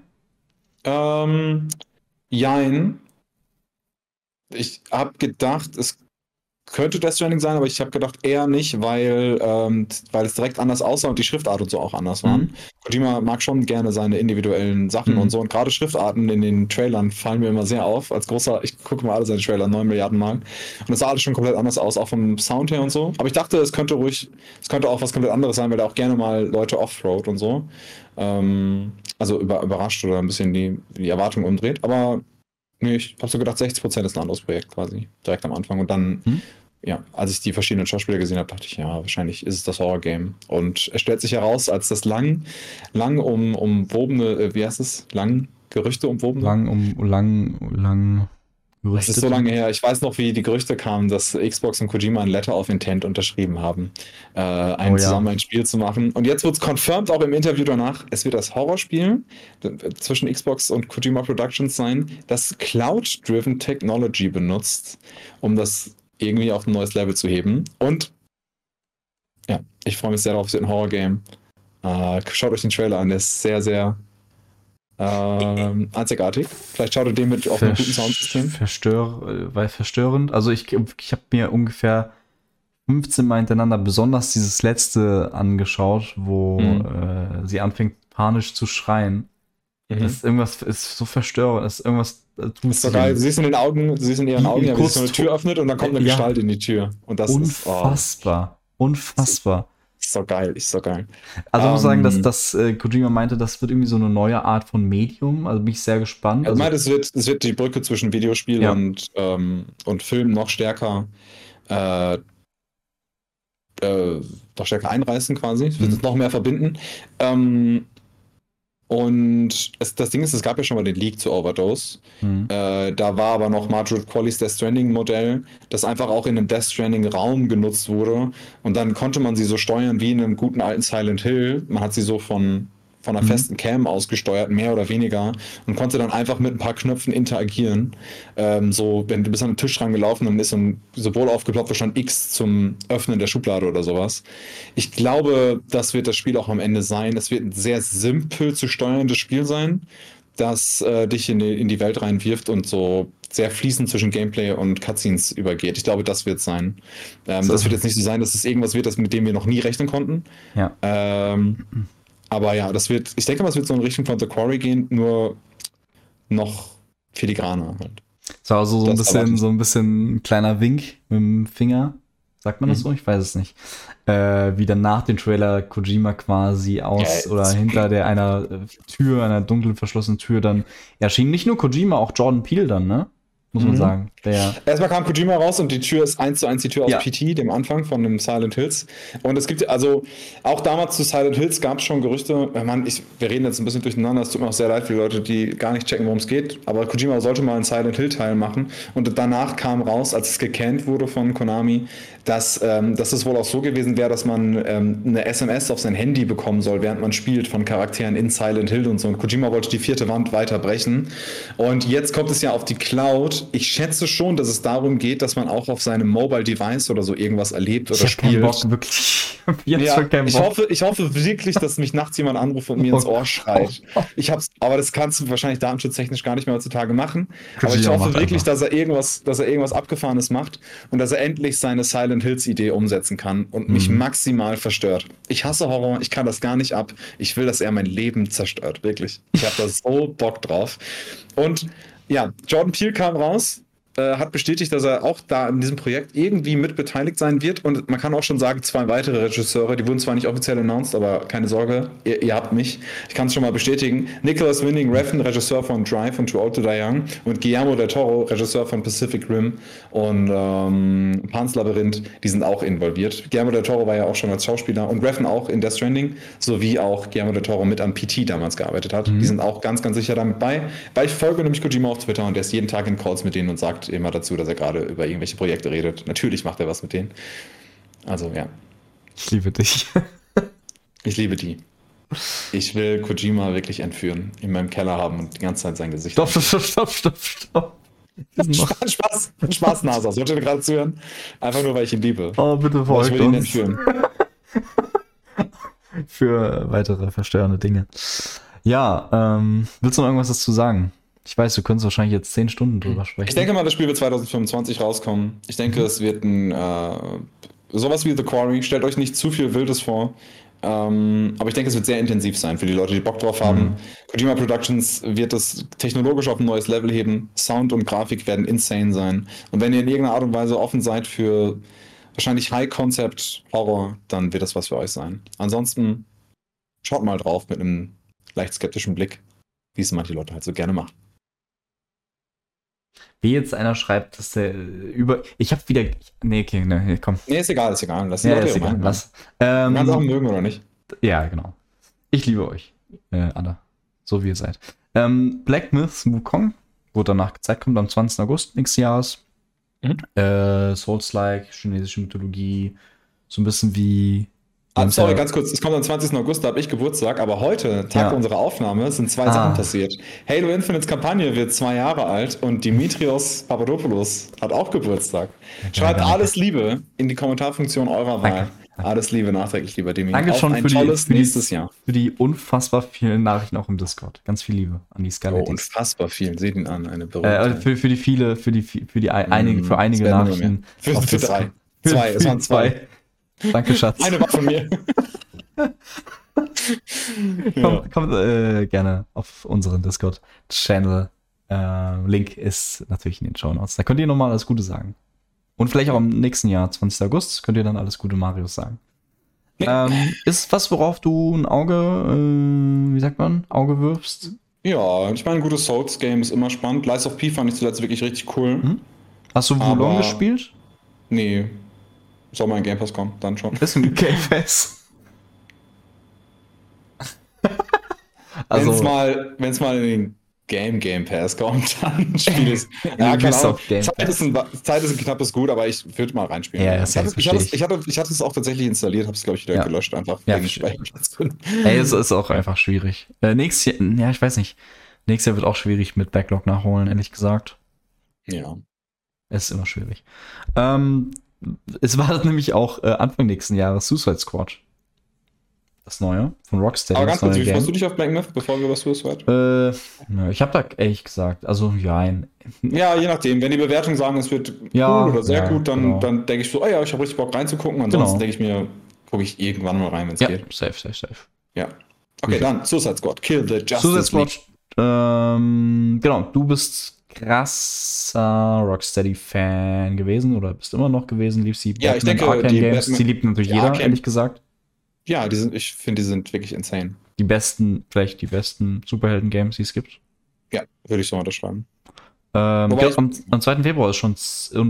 [SPEAKER 3] Jein. Ich habe gedacht, es könnte Death Stranding sein, aber ich habe gedacht eher nicht, weil es direkt anders aussah und die Schriftart und so auch anders waren. Kojima mag schon gerne seine individuellen Sachen und so, und gerade Schriftarten in den Trailern fallen mir immer sehr auf. Ich gucke mal alle seine Trailer 9 Milliarden Mal, und es sah alles schon komplett anders aus, auch vom Sound her und so. Aber ich dachte, es könnte auch was komplett anderes sein, weil er auch gerne mal Leute offroad und so. Also überrascht oder ein bisschen die Erwartung umdreht. Aber nee, ich habe so gedacht, 60% ist ein anderes Projekt quasi, direkt am Anfang. Und dann, als ich die verschiedenen Schauspieler gesehen habe, dachte ich, ja, wahrscheinlich ist es das Horror-Game. Und es stellt sich heraus, als das lang umwobene, wie heißt es? Lang Gerüchte umwobene?
[SPEAKER 2] Lang Gerüchte.
[SPEAKER 3] Das ist so lange her. Ich weiß noch, wie die Gerüchte kamen, dass Xbox und Kojima ein Letter of Intent unterschrieben haben, zusammen ein Spiel zu machen. Und jetzt wird es confirmed, auch im Interview danach, es wird das Horrorspiel zwischen Xbox und Kojima Productions sein, das Cloud-Driven Technology benutzt, um das irgendwie auf ein neues Level zu heben. Und ja, ich freue mich sehr darauf, es wird ein Horror-Game. Schaut euch den Trailer an, der ist sehr, sehr einzigartig. Vielleicht schaut ihr den mit auf einem guten Soundsystem.
[SPEAKER 2] Verstörend. Also ich habe mir ungefähr 15 Mal hintereinander besonders dieses letzte angeschaut, wo sie anfängt panisch zu schreien. Irgendwas ist so verstörend, das ist irgendwas.
[SPEAKER 3] Das ist so geil. Du siehst in ihren Augen, wie sich so eine Tür öffnet und dann kommt eine Gestalt in die Tür. Und das
[SPEAKER 2] unfassbar. Unfassbar.
[SPEAKER 3] Ist so geil,
[SPEAKER 2] Also ich muss sagen, dass Kojima meinte, das wird irgendwie so eine neue Art von Medium. Also bin ich sehr gespannt.
[SPEAKER 3] Ich meine, es wird die Brücke zwischen Videospiel und Film noch stärker einreißen quasi. Es wird es noch mehr verbinden. Und das Ding ist, es gab ja schon mal den Leak zu Overdose. Da war aber noch Margaret Qualley's Death Stranding Modell, das einfach auch in einem Death Stranding Raum genutzt wurde. Und dann konnte man sie so steuern wie in einem guten alten Silent Hill. Man hat sie so von einer festen Cam ausgesteuert, mehr oder weniger, und konnte dann einfach mit ein paar Knöpfen interagieren. So, wenn du bist an den Tisch rangelaufen, dann ist so ein Symbol aufgeploppt, da stand X zum Öffnen der Schublade oder sowas. Ich glaube, das wird das Spiel auch am Ende sein. Es wird ein sehr simpel zu steuerndes Spiel sein, das dich in die Welt reinwirft und so sehr fließend zwischen Gameplay und Cutscenes übergeht. Ich glaube, das wird es sein. Das wird jetzt nicht so sein, dass es irgendwas wird, mit dem wir noch nie rechnen konnten.
[SPEAKER 2] Ja.
[SPEAKER 3] Aber ja, ich denke mal, es wird so in Richtung von The Quarry gehen, nur noch filigraner halt.
[SPEAKER 2] So, also so ein bisschen ein kleiner Wink mit dem Finger. Sagt man das so? Ich weiß es nicht. Wie dann nach dem Trailer Kojima quasi hinter einer Tür, einer dunkel verschlossenen Tür dann erschien. Nicht nur Kojima, auch Jordan Peele dann, ne? Muss man sagen.
[SPEAKER 3] Erstmal kam Kojima raus und die Tür ist 1:1 die Tür aus PT, dem Anfang von dem Silent Hills. Und es gibt, also auch damals zu Silent Hills gab es schon Gerüchte, wir reden jetzt ein bisschen durcheinander, es tut mir auch sehr leid für die Leute, die gar nicht checken, worum es geht, aber Kojima sollte mal einen Silent Hill Teil machen und danach kam raus, als es gecannt wurde von Konami, dass es wohl auch so gewesen wäre, dass man eine SMS auf sein Handy bekommen soll, während man spielt, von Charakteren in Silent Hill und so. Und Kojima wollte die 4. Wand weiter brechen. Und jetzt kommt es ja auf die Cloud. Ich schätze schon, dass es darum geht, dass man auch auf seinem Mobile Device oder so irgendwas erlebt oder spielt.
[SPEAKER 2] Keinen Bock, wirklich.
[SPEAKER 3] Ich hoffe wirklich, dass mich nachts jemand anruft und mir ins Ohr schreit. Aber das kannst du wahrscheinlich datenschutztechnisch gar nicht mehr heutzutage machen. Aber ich hoffe wirklich, dass er irgendwas Abgefahrenes macht und dass er endlich seine Silent Hills Idee umsetzen kann und mich maximal verstört. Ich hasse Horror, ich kann das gar nicht ab. Ich will, dass er mein Leben zerstört, wirklich. Ich habe da so Bock drauf. Und ja, Jordan Peele kam raus, hat bestätigt, dass er auch da in diesem Projekt irgendwie mit beteiligt sein wird. Und man kann auch schon sagen, 2 weitere Regisseure, die wurden zwar nicht offiziell announced, aber keine Sorge, ihr habt mich. Ich kann es schon mal bestätigen. Nicholas Winding Refn, Regisseur von Drive und Too Old to Die Young, und Guillermo del Toro, Regisseur von Pacific Rim und Pan's Labyrinth, die sind auch involviert. Guillermo del Toro war ja auch schon als Schauspieler und Refn auch in Death Stranding, sowie auch Guillermo del Toro mit an PT damals gearbeitet hat. Die sind auch ganz, ganz sicher damit bei, weil ich folge nämlich Kojima auf Twitter und der ist jeden Tag in Calls mit denen und sagt immer dazu, dass er gerade über irgendwelche Projekte redet. Natürlich macht er was mit denen. Also, ja.
[SPEAKER 2] Ich liebe dich.
[SPEAKER 3] Ich liebe die. Ich will Kojima wirklich entführen, in meinem Keller haben und die ganze Zeit sein Gesicht.
[SPEAKER 2] Stopp.
[SPEAKER 3] Spaß, NASA. Solltet ihr gerade zuhören? Einfach nur, weil ich ihn liebe.
[SPEAKER 2] Oh, bitte folgt uns.
[SPEAKER 3] Ich will ihn entführen.
[SPEAKER 2] Für weitere verstörende Dinge. Ja, willst du noch irgendwas dazu sagen? Ich weiß, du könntest wahrscheinlich jetzt 10 Stunden drüber sprechen.
[SPEAKER 3] Ich denke mal, das Spiel wird 2025 rauskommen. Ich denke, es wird sowas wie The Quarry. Stellt euch nicht zu viel Wildes vor. Aber ich denke, es wird sehr intensiv sein für die Leute, die Bock drauf haben. Kojima Productions wird das technologisch auf ein neues Level heben. Sound und Grafik werden insane sein. Und wenn ihr in irgendeiner Art und Weise offen seid für wahrscheinlich High-Concept-Horror, dann wird das was für euch sein. Ansonsten schaut mal drauf mit einem leicht skeptischen Blick, wie es manche Leute halt so gerne machen.
[SPEAKER 2] Wie jetzt einer schreibt, dass der Ich hab wieder. Nee, komm.
[SPEAKER 3] Nee, ist egal. Lass die
[SPEAKER 2] Ja,
[SPEAKER 3] Leute
[SPEAKER 2] ist egal. Lass.
[SPEAKER 3] Kannst auch mögen oder nicht?
[SPEAKER 2] Ja, genau. Ich liebe euch. Alle. So wie ihr seid. Black Myth Wukong, wo danach gezeigt kommt, am 20. August nächstes Jahres. Souls-like, chinesische Mythologie. So ein bisschen wie.
[SPEAKER 3] Sorry, ganz kurz, es kommt am 20. August, da habe ich Geburtstag, aber heute, Tag unserer Aufnahme, sind 2 Sachen passiert. Halo Infinite's Kampagne wird 2 Jahre alt und Dimitrios Papadopoulos hat auch Geburtstag. Schreibt alles Liebe in die Kommentarfunktion eurer Wahl. Danke. Alles Liebe nachträglich, lieber Demi.
[SPEAKER 2] Danke schon
[SPEAKER 3] für nächstes Jahr.
[SPEAKER 2] Für die unfassbar vielen Nachrichten auch im Discord. Ganz viel Liebe an die Scarlet.
[SPEAKER 3] Oh, unfassbar vielen. Seht ihn an, eine Berühmtheit.
[SPEAKER 2] Für einige Nachrichten.
[SPEAKER 3] Für 3. 2, es waren 2.
[SPEAKER 2] Danke, Schatz.
[SPEAKER 3] Eine war von mir.
[SPEAKER 2] Kommt gerne auf unseren Discord-Channel. Link ist natürlich in den Shownotes. Da könnt ihr nochmal alles Gute sagen. Und vielleicht auch im nächsten Jahr, 20. August, könnt ihr dann alles Gute Marius sagen. Ist was, worauf du ein Auge, Auge wirfst?
[SPEAKER 3] Ja, ich meine, ein gutes Souls-Game ist immer spannend. Lies of P fand ich zuletzt wirklich richtig cool.
[SPEAKER 2] Hast du Wulong gespielt?
[SPEAKER 3] Nee. Soll mal in Game Pass kommen, dann schon.
[SPEAKER 2] Ist ein Game Pass.
[SPEAKER 3] Also, wenn es mal in den Game Pass kommt, dann spiel es. Ja, keine Ahnung. Zeit ist ein knappes Gut, aber ich würde mal reinspielen.
[SPEAKER 2] Ja,
[SPEAKER 3] ich hatte es auch tatsächlich installiert, habe es, glaube ich, wieder gelöscht, einfach wegen Speicherplatz.
[SPEAKER 2] Es ist auch einfach schwierig. Nächstes Jahr, ich weiß nicht. Nächstes Jahr wird auch schwierig mit Backlog nachholen, ehrlich gesagt.
[SPEAKER 3] Ja.
[SPEAKER 2] Es ist immer schwierig. Es war nämlich auch Anfang nächsten Jahres Suicide Squad. Das Neue von Rocksteady.
[SPEAKER 3] Aber ganz kurz, wie freust du dich auf Black Myth, bevor wir über Suicide?
[SPEAKER 2] Ich habe da ehrlich gesagt, also ja.
[SPEAKER 3] Ja, je nachdem. Wenn die Bewertungen sagen, es wird cool oder sehr gut, dann denke ich so, ich habe richtig Bock reinzugucken. Ansonsten denke ich mir, gucke ich irgendwann mal rein, wenn es geht.
[SPEAKER 2] Safe.
[SPEAKER 3] Ja. Okay, dann Suicide Squad. Kill the Justice League.
[SPEAKER 2] Genau, du bist krasser Rocksteady-Fan gewesen oder bist immer noch gewesen, liebst die
[SPEAKER 3] Batman, ich denke,
[SPEAKER 2] Arkham Games, die liebt natürlich jeder, Arkham, ehrlich gesagt.
[SPEAKER 3] Ja, ich finde, die sind wirklich insane.
[SPEAKER 2] Vielleicht die besten Superhelden-Games, die es gibt.
[SPEAKER 3] Ja, würde ich so unterschreiben.
[SPEAKER 2] Am 2. Februar ist schon,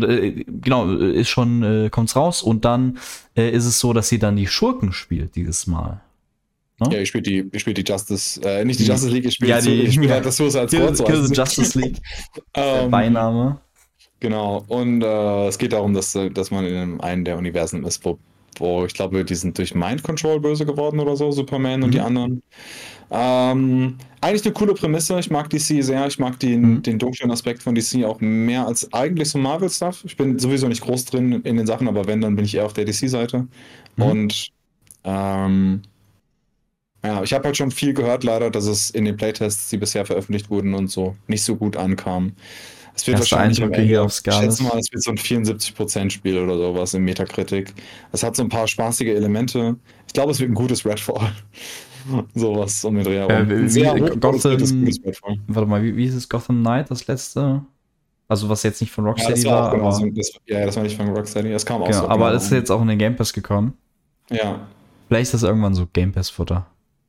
[SPEAKER 2] kommt's raus und dann ist es so, dass sie dann die Schurken spielt dieses Mal.
[SPEAKER 3] Ja, ich spiele die Justice, nicht die Justice League, ich spiele halt das Suicide Squad.
[SPEAKER 2] Kill the Justice League. Der Beiname.
[SPEAKER 3] Genau, und es geht darum, dass man in einem der Universen ist, wo ich glaube, die sind durch Mind Control böse geworden oder so, Superman und die anderen. Eigentlich eine coole Prämisse, ich mag DC sehr, ich mag den dunklen Aspekt von DC auch mehr als eigentlich so Marvel-Stuff. Ich bin sowieso nicht groß drin in den Sachen, aber wenn, dann bin ich eher auf der DC-Seite. Und ich habe halt schon viel gehört, leider, dass es in den Playtests, die bisher veröffentlicht wurden und so, nicht so gut ankam. Es wird wahrscheinlich
[SPEAKER 2] hier auf Skala.
[SPEAKER 3] Ich schätze mal, es wird so ein 74%-Spiel oder sowas im Metacritic. Es hat so ein paar spaßige Elemente. Ich glaube, es wird ein gutes Redfall. Sowas um den Dreh herum.
[SPEAKER 2] Warte mal, wie hieß es? Gotham Knight, das letzte? Also was jetzt nicht von Rocksteady war.
[SPEAKER 3] Das war nicht von Rocksteady, das kam auch so.
[SPEAKER 2] Aber es ist jetzt auch in den Game Pass gekommen.
[SPEAKER 3] Ja.
[SPEAKER 2] Vielleicht ist das irgendwann so Game Pass-Futter.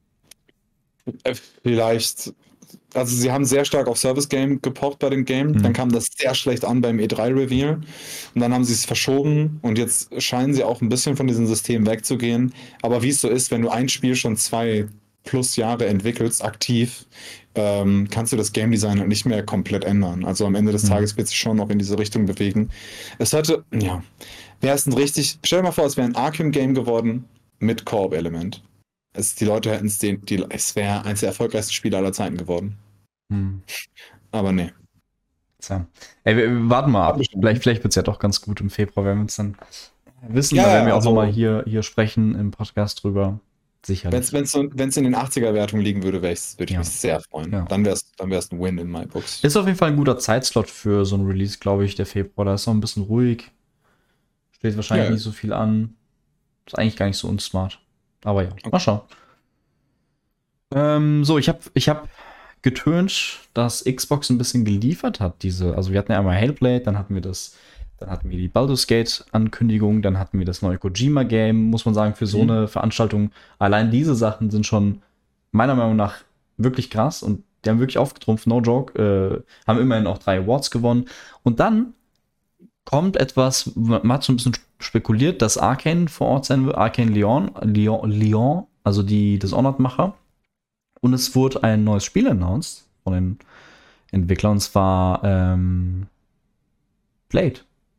[SPEAKER 3] Vielleicht. Also sie haben sehr stark auf Service Game gepocht bei dem Game. Dann kam das sehr schlecht an beim E3-Reveal. Und dann haben sie es verschoben. Und jetzt scheinen sie auch ein bisschen von diesem System wegzugehen. Aber wie es so ist, wenn du ein Spiel schon 2+ Jahre entwickelst, aktiv, kannst du das Game Design halt nicht mehr komplett ändern. Also am Ende des Tages wird sich schon noch in diese Richtung bewegen. Es hätte, wäre es stell dir mal vor, es wäre ein Arkham-Game geworden mit Koop-Element. Die Leute hätten es wäre eines der erfolgreichsten Spiele aller Zeiten geworden. Aber nee.
[SPEAKER 2] So. Ey, wir warten mal ab. Vielleicht wird es ja doch ganz gut im Februar, wenn wir uns dann wissen. Da werden wir auch nochmal hier sprechen im Podcast drüber. Sicherlich.
[SPEAKER 3] Wenn es in den 80er-Wertungen liegen würde, würde ich mich sehr freuen. Ja. Dann wäre es ein Win in my books.
[SPEAKER 2] Ist auf jeden Fall ein guter Zeitslot für so ein Release, glaube ich, der Februar. Da ist noch ein bisschen ruhig. Steht wahrscheinlich nicht so viel an. Ist eigentlich gar nicht so unsmart. Aber mal schauen. Ich hab getönt, dass Xbox ein bisschen geliefert hat. Also wir hatten ja einmal Hellblade, dann hatten wir die Baldur's Gate Ankündigung, dann hatten wir das neue Kojima Game, muss man sagen, für so eine Veranstaltung. Allein diese Sachen sind schon meiner Meinung nach wirklich krass und die haben wirklich aufgetrumpft, no joke, haben immerhin auch 3 Awards gewonnen. Und dann kommt etwas, man hat so ein bisschen spekuliert, dass Arcane vor Ort sein wird, Arcane Lyon, also die Dishonored-Macher. Und es wurde ein neues Spiel announced von den Entwicklern, und zwar Blade.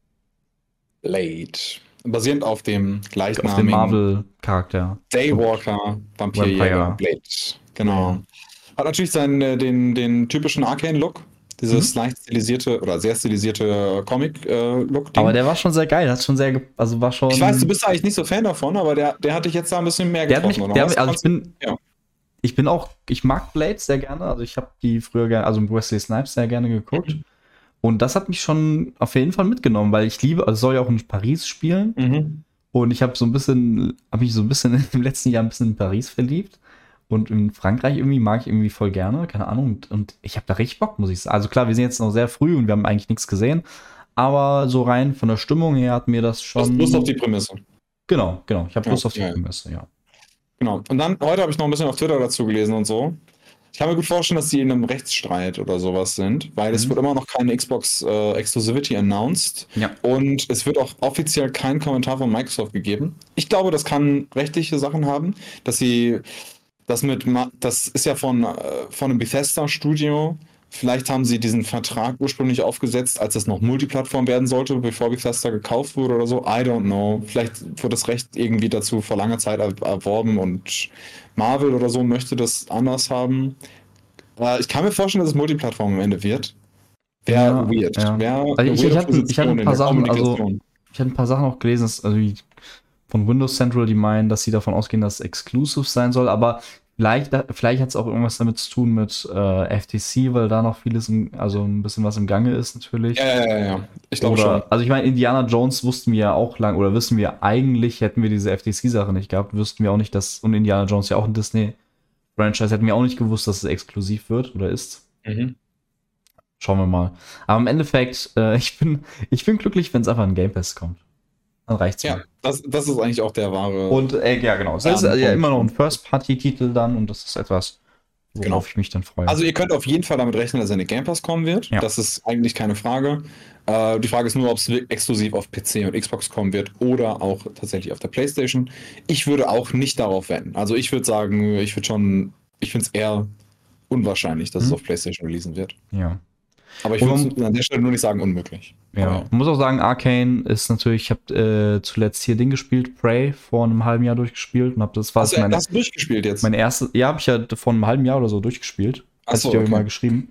[SPEAKER 3] Basierend auf dem gleichnamigen
[SPEAKER 2] auf dem Marvel-Charakter.
[SPEAKER 3] Daywalker, Vampirjäger, Blade. Genau. Hat natürlich den typischen Arcane-Look. Dieses leicht stilisierte oder sehr stilisierte Comic-Look.
[SPEAKER 2] Aber der war schon sehr geil. Hat schon sehr, also war schon.
[SPEAKER 3] Ich weiß, du bist eigentlich nicht so Fan davon, aber der hat dich jetzt da ein bisschen mehr getroffen.
[SPEAKER 2] Ich mag Blade sehr gerne. Also ich habe die früher gerne, also Wesley Snipes sehr gerne geguckt. Und das hat mich schon auf jeden Fall mitgenommen, weil ich liebe, also es soll ja auch in Paris spielen. Und ich habe mich so ein bisschen im letzten Jahr ein bisschen in Paris verliebt. Und in Frankreich mag ich irgendwie voll gerne, keine Ahnung. Und ich habe da richtig Bock, muss ich sagen. Also klar, wir sind jetzt noch sehr früh und wir haben eigentlich nichts gesehen. Aber so rein von der Stimmung her hat mir das schon.
[SPEAKER 3] Du hast Lust auf die Prämisse.
[SPEAKER 2] Genau. Ich habe Lust auf die Prämisse, ja.
[SPEAKER 3] Genau. Und dann, heute habe ich noch ein bisschen auf Twitter dazu gelesen und so. Ich kann mir gut vorstellen, dass die in einem Rechtsstreit oder sowas sind, weil es wird immer noch keine Xbox Exclusivity announced.
[SPEAKER 2] Ja.
[SPEAKER 3] Und es wird auch offiziell kein Kommentar von Microsoft gegeben. Ich glaube, das kann rechtliche Sachen haben, dass sie das ist ja von einem Bethesda-Studio. Vielleicht haben sie diesen Vertrag ursprünglich aufgesetzt, als es noch Multiplattform werden sollte, bevor Bethesda gekauft wurde oder so. I don't know. Vielleicht wurde das Recht irgendwie dazu vor langer Zeit erworben und Marvel oder so möchte das anders haben. Ich kann mir vorstellen, dass es Multiplattform am Ende wird. Wäre weird.
[SPEAKER 2] Ja. Also ich hatte ein paar Sachen, ich hatte ein paar Sachen auch gelesen, dass, also von Windows Central, die meinen, dass sie davon ausgehen, dass es exclusive sein soll, aber vielleicht hat es auch irgendwas damit zu tun mit FTC, weil da noch vieles, also ein bisschen was im Gange ist natürlich.
[SPEAKER 3] Ja. Ich glaube schon.
[SPEAKER 2] Also ich meine, Indiana Jones wussten wir ja auch lang, oder wissen wir eigentlich, hätten wir diese FTC-Sache nicht gehabt, wüssten wir auch nicht, dass, und Indiana Jones ja auch ein Disney-Franchise, hätten wir auch nicht gewusst, dass es exklusiv wird oder ist. Schauen wir mal. Aber im Endeffekt, ich bin glücklich, wenn es einfach in Game Pass kommt. Dann reicht's mir.
[SPEAKER 3] Ja, das ist eigentlich auch der wahre.
[SPEAKER 2] Und ja, genau. Es ist ja immer noch ein First-Party-Titel dann und das ist etwas, worauf ich mich dann freue.
[SPEAKER 3] Also ihr könnt auf jeden Fall damit rechnen, dass er in den Game Pass kommen wird. Ja. Das ist eigentlich keine Frage. Die Frage ist nur, ob es exklusiv auf PC und Xbox kommen wird oder auch tatsächlich auf der PlayStation. Ich würde auch nicht darauf wetten. Also ich würde sagen, ich finde es eher unwahrscheinlich, dass es auf PlayStation releasen wird.
[SPEAKER 2] Ja.
[SPEAKER 3] Aber ich würde an der Stelle nur nicht sagen unmöglich.
[SPEAKER 2] Ja. Man muss auch sagen, Arcane ist natürlich, ich habe zuletzt hier Ding gespielt, Prey, vor einem halben Jahr durchgespielt. Und das war
[SPEAKER 3] hast du durchgespielt jetzt?
[SPEAKER 2] Mein erstes, ja, habe ich ja vor einem halben Jahr oder so durchgespielt. Hast du dir mal geschrieben.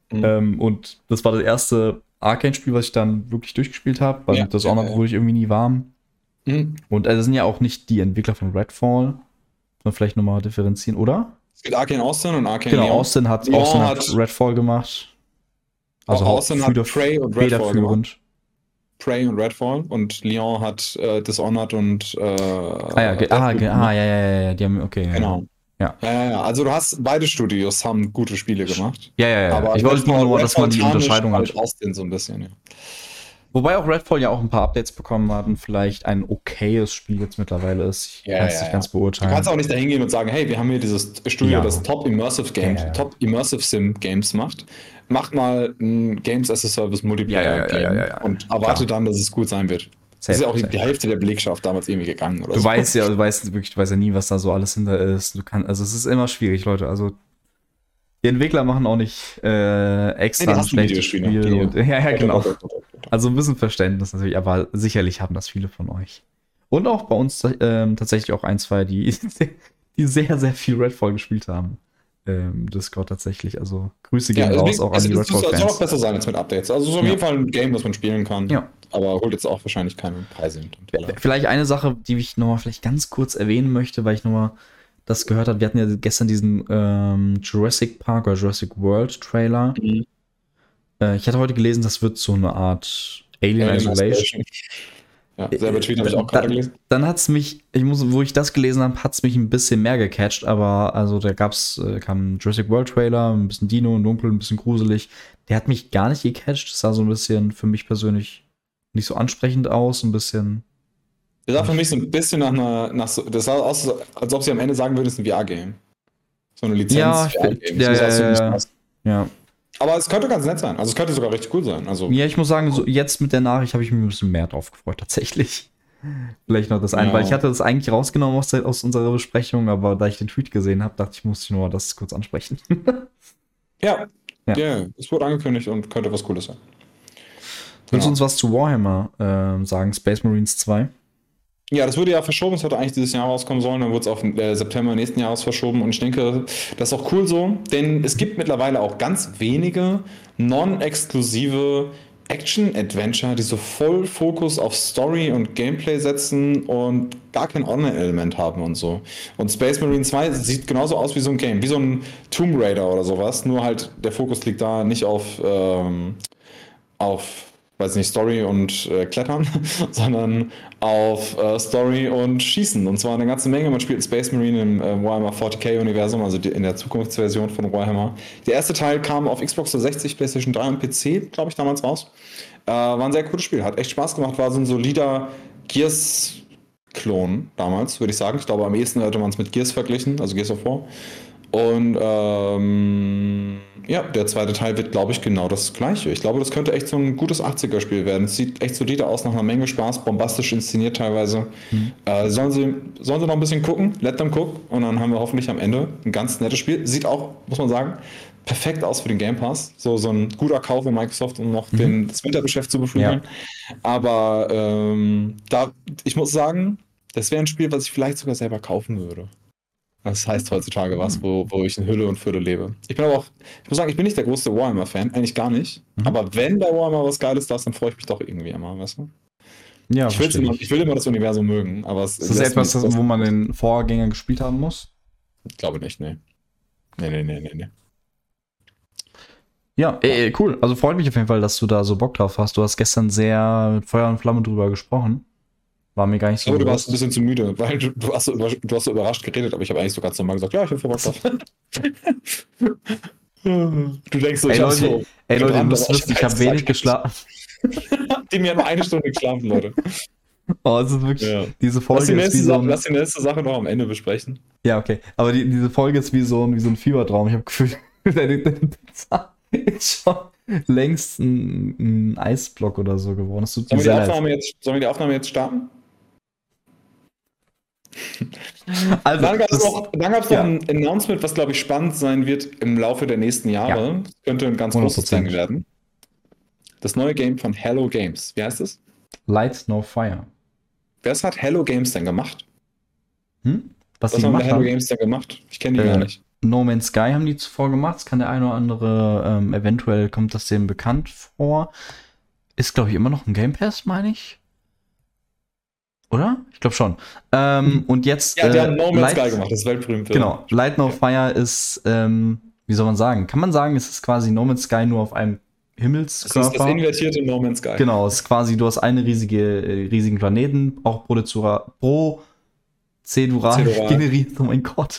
[SPEAKER 2] Und das war das erste Arcane-Spiel, was ich dann wirklich durchgespielt habe, weil das auch noch wurde ich irgendwie nie warm. Und das sind ja auch nicht die Entwickler von Redfall. Muss man vielleicht nochmal differenzieren, oder?
[SPEAKER 3] Es gibt Arcane Austin und Arcane
[SPEAKER 2] Genau,
[SPEAKER 3] Leon.
[SPEAKER 2] Austin hat Redfall gemacht. Also
[SPEAKER 3] Austin hat Prey und Redfall gemacht. Prey und Redfall und Leon hat Dishonored und
[SPEAKER 2] die haben, okay.
[SPEAKER 3] Genau. Ja. Also du hast, beide Studios haben gute Spiele gemacht.
[SPEAKER 2] Ja.
[SPEAKER 3] Aber
[SPEAKER 2] ich wollte nur, dass man die Unterscheidung hat.
[SPEAKER 3] Austin so ein bisschen, ja.
[SPEAKER 2] Wobei auch Redfall ja auch ein paar Updates bekommen hat und vielleicht ein okayes Spiel jetzt mittlerweile ist. Ich kann es nicht ganz beurteilen.
[SPEAKER 3] Du kannst auch nicht dahin gehen und sagen, hey, wir haben hier dieses Studio, das Top Immersive Sim Games macht. Macht mal ein Games as a Service Multiplayer Game und erwarte dann, dass es gut sein wird. Das ist ja auch die Hälfte der Belegschaft damals irgendwie gegangen. Oder
[SPEAKER 2] du weißt ja nie, was da so alles hinter ist. Also es ist immer schwierig, Leute. Also die Entwickler machen auch nicht extra ein schlechtes Spiel. Genau. Also ein bisschen Verständnis natürlich, aber sicherlich haben das viele von euch. Und auch bei uns tatsächlich auch ein, zwei, die sehr, sehr viel Redfall gespielt haben. Discord tatsächlich. Also Grüße gehen raus auch an die Redfall-Fans.
[SPEAKER 3] Es soll auch besser sein als mit Updates. Also so auf jeden Fall ein Game, das man spielen kann.
[SPEAKER 2] Ja.
[SPEAKER 3] Aber holt jetzt auch wahrscheinlich keine Preise.
[SPEAKER 2] Vielleicht eine Sache, die ich nochmal vielleicht ganz kurz erwähnen möchte, weil ich nochmal das gehört habe. Wir hatten ja gestern diesen Jurassic Park oder Jurassic World Trailer. Ich hatte heute gelesen, das wird so eine Art Alien Isolation.
[SPEAKER 3] Ja, selber Tweet habe ich auch gerade gelesen.
[SPEAKER 2] Dann hat es mich, wo ich das gelesen habe, hat es mich ein bisschen mehr gecatcht, aber also da kam ein Jurassic World Trailer, ein bisschen Dino, dunkel, ein bisschen gruselig. Der hat mich gar nicht gecatcht. Das sah so ein bisschen für mich persönlich nicht so ansprechend aus, ein bisschen.
[SPEAKER 3] Das sah für mich so ein bisschen das sah aus, als ob sie am Ende sagen würden, es ist ein VR-Game. So eine Lizenz-VR-Game.
[SPEAKER 2] Ja.
[SPEAKER 3] Aber es könnte ganz nett sein. Also es könnte sogar richtig cool sein. Also,
[SPEAKER 2] ja, ich muss sagen, so jetzt mit der Nachricht habe ich mich ein bisschen mehr drauf gefreut, tatsächlich. Vielleicht noch das eine, weil ich hatte das eigentlich rausgenommen aus unserer Besprechung, aber da ich den Tweet gesehen habe, dachte ich, muss ich nur das kurz ansprechen.
[SPEAKER 3] Ja, es wurde angekündigt und könnte was Cooles sein.
[SPEAKER 2] Willst du uns was zu Warhammer sagen? Space Marines 2?
[SPEAKER 3] Ja, das wurde ja verschoben, es hätte eigentlich dieses Jahr rauskommen sollen, dann wurde es auf September nächsten Jahres verschoben und ich denke, das ist auch cool so, denn es gibt mittlerweile auch ganz wenige non-exklusive Action-Adventure, die so voll Fokus auf Story und Gameplay setzen und gar kein Online-Element haben und so. Und Space Marine 2 sieht genauso aus wie so ein Game, wie so ein Tomb Raider oder sowas, nur halt der Fokus liegt da nicht auf weiß nicht, Story und Klettern, sondern auf Story und Schießen. Und zwar eine ganze Menge. Man spielt Space Marine im Warhammer 40k-Universum, also in der Zukunftsversion von Warhammer. Der erste Teil kam auf Xbox 360, PlayStation 3 und PC, glaube ich, damals raus. War ein sehr cooles Spiel, hat echt Spaß gemacht, war so ein solider Gears-Klon damals, würde ich sagen. Ich glaube, am ehesten hätte man es mit Gears verglichen, also Gears of War. Und ja, der zweite Teil wird, glaube ich, genau das gleiche. Ich glaube, das könnte echt so ein gutes 80er-Spiel werden. Es sieht echt solide aus, nach einer Menge Spaß, bombastisch inszeniert teilweise. Sollen sie noch ein bisschen gucken, let them cook, und dann haben wir hoffentlich am Ende ein ganz nettes Spiel. Sieht auch, muss man sagen, perfekt aus für den Game Pass. So ein guter Kauf in Microsoft, um noch das Wintergeschäft zu befriedigen. Ja. Aber ich muss sagen, das wäre ein Spiel, was ich vielleicht sogar selber kaufen würde. Das heißt heutzutage was, wo ich in Hülle und Fülle lebe. Ich muss sagen, ich bin nicht der größte Warhammer-Fan, eigentlich gar nicht. Aber wenn bei Warhammer was Geiles da ist, dann freue ich mich doch irgendwie immer, weißt du? Ja, ich will immer das Universum mögen, aber es
[SPEAKER 2] ist das etwas, wo man den Vorgänger gespielt haben muss?
[SPEAKER 3] Ich glaube nicht, nee. Nee.
[SPEAKER 2] Ja, cool. Also freut mich auf jeden Fall, dass du da so Bock drauf hast. Du hast gestern sehr mit Feuer und Flamme drüber gesprochen. War mir gar nicht so.
[SPEAKER 3] Aber du warst ein bisschen zu müde, weil du hast so überrascht geredet, aber ich habe eigentlich so ganz normal gesagt, ja, ich habe Bock drauf. Du denkst so,
[SPEAKER 2] Leute, ihr müsst wissen, ich habe wenig geschlafen.
[SPEAKER 3] Die mir nur 1 Stunde geschlafen, Leute.
[SPEAKER 2] Oh, es ist wirklich, diese Folge ist wie so ein...
[SPEAKER 3] Lass die nächste Sache noch am Ende besprechen.
[SPEAKER 2] Ja, okay. Aber diese Folge ist wie so ein Fiebertraum. Ich habe Gefühl, der Pizza ist schon längst ein Eisblock oder so geworden.
[SPEAKER 3] Sollen wir die Aufnahme jetzt starten? Also, dann gab es noch ein Announcement, was, glaube ich, spannend sein wird im Laufe der nächsten Jahre. Ja. Das könnte ein ganz großes Ding werden. Das neue Game von Hello Games. Wie heißt es?
[SPEAKER 2] Light No Fire.
[SPEAKER 3] Wer hat Hello Games denn gemacht?
[SPEAKER 2] Was
[SPEAKER 3] haben Hello Games denn gemacht? Ich kenne die gar nicht.
[SPEAKER 2] No Man's Sky haben die zuvor gemacht. Das kann der eine oder andere, eventuell kommt das denen bekannt vor. Ist, glaube ich, immer noch ein Game Pass, meine ich. Oder? Ich glaube schon. Und jetzt.
[SPEAKER 3] Ja, der hat No Man's Sky gemacht, das ist weltberühmt.
[SPEAKER 2] Genau. Light No Fire ist, wie soll man sagen? Kann man sagen, es ist quasi No Man's Sky nur auf einem Himmelskörper?
[SPEAKER 3] Das ist das invertierte No Man's Sky.
[SPEAKER 2] Genau, es ist quasi, du hast riesigen Planeten, auch prozedural generiert, oh mein Gott.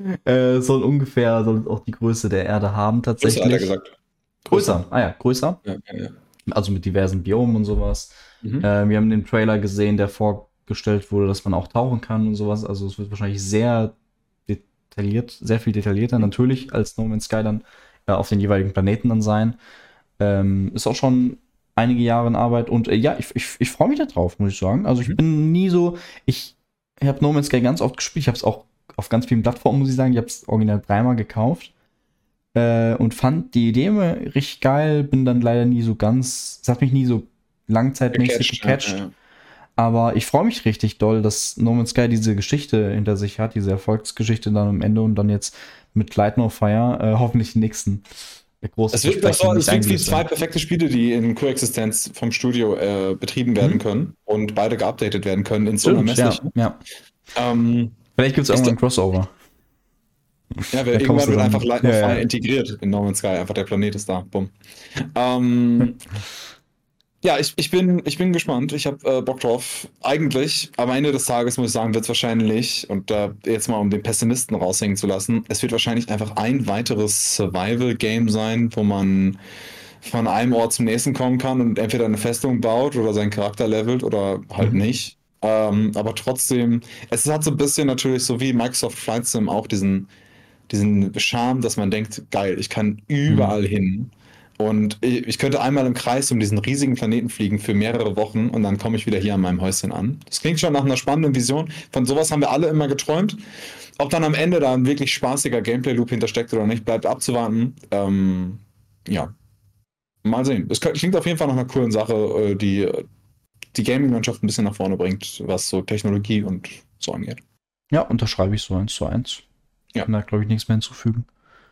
[SPEAKER 2] Soll auch die Größe der Erde haben, tatsächlich.
[SPEAKER 3] Größer, hat er gesagt.
[SPEAKER 2] Größer. Ah ja, größer.
[SPEAKER 3] Ja.
[SPEAKER 2] Also mit diversen Biomen und sowas. Wir haben den Trailer gesehen, der vorgestellt wurde, dass man auch tauchen kann und sowas. Also es wird wahrscheinlich sehr viel detaillierter natürlich als No Man's Sky dann auf den jeweiligen Planeten dann sein. Ist auch schon einige Jahre in Arbeit und ja, ich freue mich da drauf, muss ich sagen. Also ich bin nie so, ich habe No Man's Sky ganz oft gespielt, ich habe es auch auf ganz vielen Plattformen, muss ich sagen, ich habe es original 3-mal gekauft und fand die Idee immer richtig geil, bin dann leider nie so ganz, es hat mich nie so langzeitmäßig gecatcht. Ja. Aber ich freue mich richtig doll, dass No Man's Sky diese Geschichte hinter sich hat, diese Erfolgsgeschichte dann am Ende und dann jetzt mit Light No Fire hoffentlich den nächsten
[SPEAKER 3] Es gibt wie 2 perfekte Spiele, die in Koexistenz vom Studio betrieben werden können und beide geupdatet werden können ins Unermessliche.
[SPEAKER 2] Ja. Vielleicht gibt es irgendwann ein Crossover.
[SPEAKER 3] Ja, irgendwann wird einfach Light No Fire integriert in No Man's Sky. Einfach der Planet ist da. Bumm. Ja, ich bin gespannt. Ich habe Bock drauf. Eigentlich, am Ende des Tages, muss ich sagen, wird es wahrscheinlich, und da jetzt mal um den Pessimisten raushängen zu lassen, es wird wahrscheinlich einfach ein weiteres Survival-Game sein, wo man von einem Ort zum nächsten kommen kann und entweder eine Festung baut oder seinen Charakter levelt oder halt nicht. Aber trotzdem, es hat so ein bisschen natürlich, so wie Microsoft Flight Sim, auch diesen Charme, dass man denkt, geil, ich kann überall hin. Und ich könnte einmal im Kreis um diesen riesigen Planeten fliegen für mehrere Wochen und dann komme ich wieder hier an meinem Häuschen an. Das klingt schon nach einer spannenden Vision. Von sowas haben wir alle immer geträumt. Ob dann am Ende da ein wirklich spaßiger Gameplay-Loop hintersteckt oder nicht, bleibt abzuwarten. Ja, mal sehen. Es klingt auf jeden Fall nach einer coolen Sache, die Gaming-Landschaft ein bisschen nach vorne bringt, was so Technologie und so angeht.
[SPEAKER 2] Ja, unterschreibe ich so 1:1.
[SPEAKER 3] Ja.
[SPEAKER 2] Kann da, glaube ich, nichts mehr hinzufügen.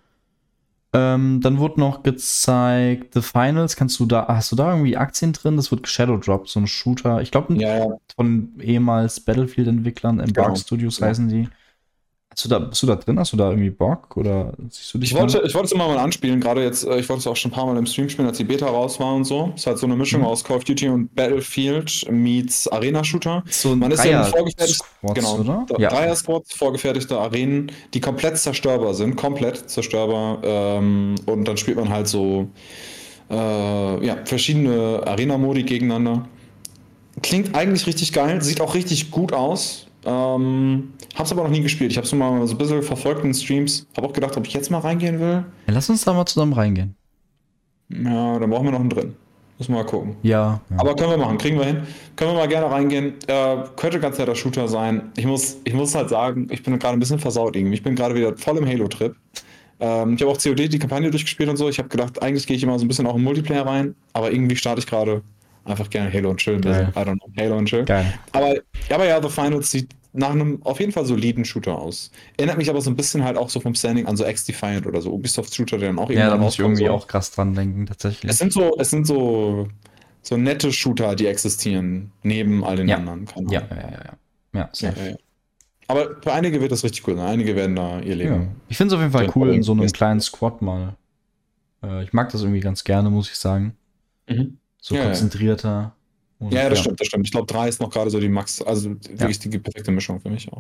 [SPEAKER 2] Dann wurde noch gezeigt, The Finals, hast du da irgendwie Aktien drin? Das wird Shadow-Drop, so ein Shooter. Ich glaube, von ehemals Battlefield-Entwicklern, Embark Studios heißen die. Bist du da drin? Hast du da irgendwie Bock? Oder siehst du dich
[SPEAKER 3] Ich wollte es immer mal anspielen, gerade jetzt, ich wollte es auch schon ein paar Mal im Stream spielen, als die Beta raus war und so. Es ist halt so eine Mischung aus Call of Duty und Battlefield meets Arena-Shooter.
[SPEAKER 2] So ein
[SPEAKER 3] Man ist ja
[SPEAKER 2] Dreier-Squads,
[SPEAKER 3] genau,
[SPEAKER 2] oder? Ja.
[SPEAKER 3] Dreier-Squads, vorgefertigte Arenen, die komplett zerstörbar sind, komplett zerstörbar. Und dann spielt man halt so verschiedene Arena-Modi gegeneinander. Klingt eigentlich richtig geil, sieht auch richtig gut aus. Hab's aber noch nie gespielt. Ich hab's nur mal so ein bisschen verfolgt in Streams. Hab auch gedacht, ob ich jetzt mal reingehen will.
[SPEAKER 2] Ja, lass uns da mal zusammen reingehen.
[SPEAKER 3] Ja, dann brauchen wir noch einen drin. Müssen wir mal gucken.
[SPEAKER 2] Ja.
[SPEAKER 3] Aber können wir machen, kriegen wir hin. Können wir mal gerne reingehen. Könnte ganz netter Shooter sein. Ich muss halt sagen, ich bin gerade ein bisschen versaut irgendwie. Ich bin gerade wieder voll im Halo-Trip. Ich habe auch COD, die Kampagne durchgespielt und so. Ich habe gedacht, eigentlich gehe ich immer so ein bisschen auch im Multiplayer rein. Aber irgendwie starte ich gerade einfach gerne Halo und Chill.
[SPEAKER 2] Geil.
[SPEAKER 3] I don't know, Halo und Chill.
[SPEAKER 2] Geil.
[SPEAKER 3] Aber ja, The Finals sieht nach einem auf jeden Fall soliden Shooter aus. Erinnert mich aber so ein bisschen halt auch so vom Standing an so X-Defiant oder so Ubisoft-Shooter, der dann auch
[SPEAKER 2] Ja, da muss ich irgendwie
[SPEAKER 3] so.
[SPEAKER 2] auch krass dran denken, tatsächlich.
[SPEAKER 3] Es sind so nette Shooter, die existieren, neben all den anderen. Keine
[SPEAKER 2] Ja,
[SPEAKER 3] Ahnung.
[SPEAKER 2] ja.
[SPEAKER 3] Ja. Aber für einige wird das richtig cool sein. Einige werden da ihr Leben.
[SPEAKER 2] Ja. Ich finde es auf jeden Fall
[SPEAKER 3] Ja,
[SPEAKER 2] cool, in so einem
[SPEAKER 3] ist-
[SPEAKER 2] kleinen Squad mal. Ich mag das irgendwie ganz gerne, muss ich sagen.
[SPEAKER 3] Mhm.
[SPEAKER 2] So
[SPEAKER 3] Ja, ja.
[SPEAKER 2] konzentrierter. Und,
[SPEAKER 3] Ja, das stimmt. Ich glaube, 3 ist noch gerade so die Max, also wirklich die perfekte Mischung für mich auch.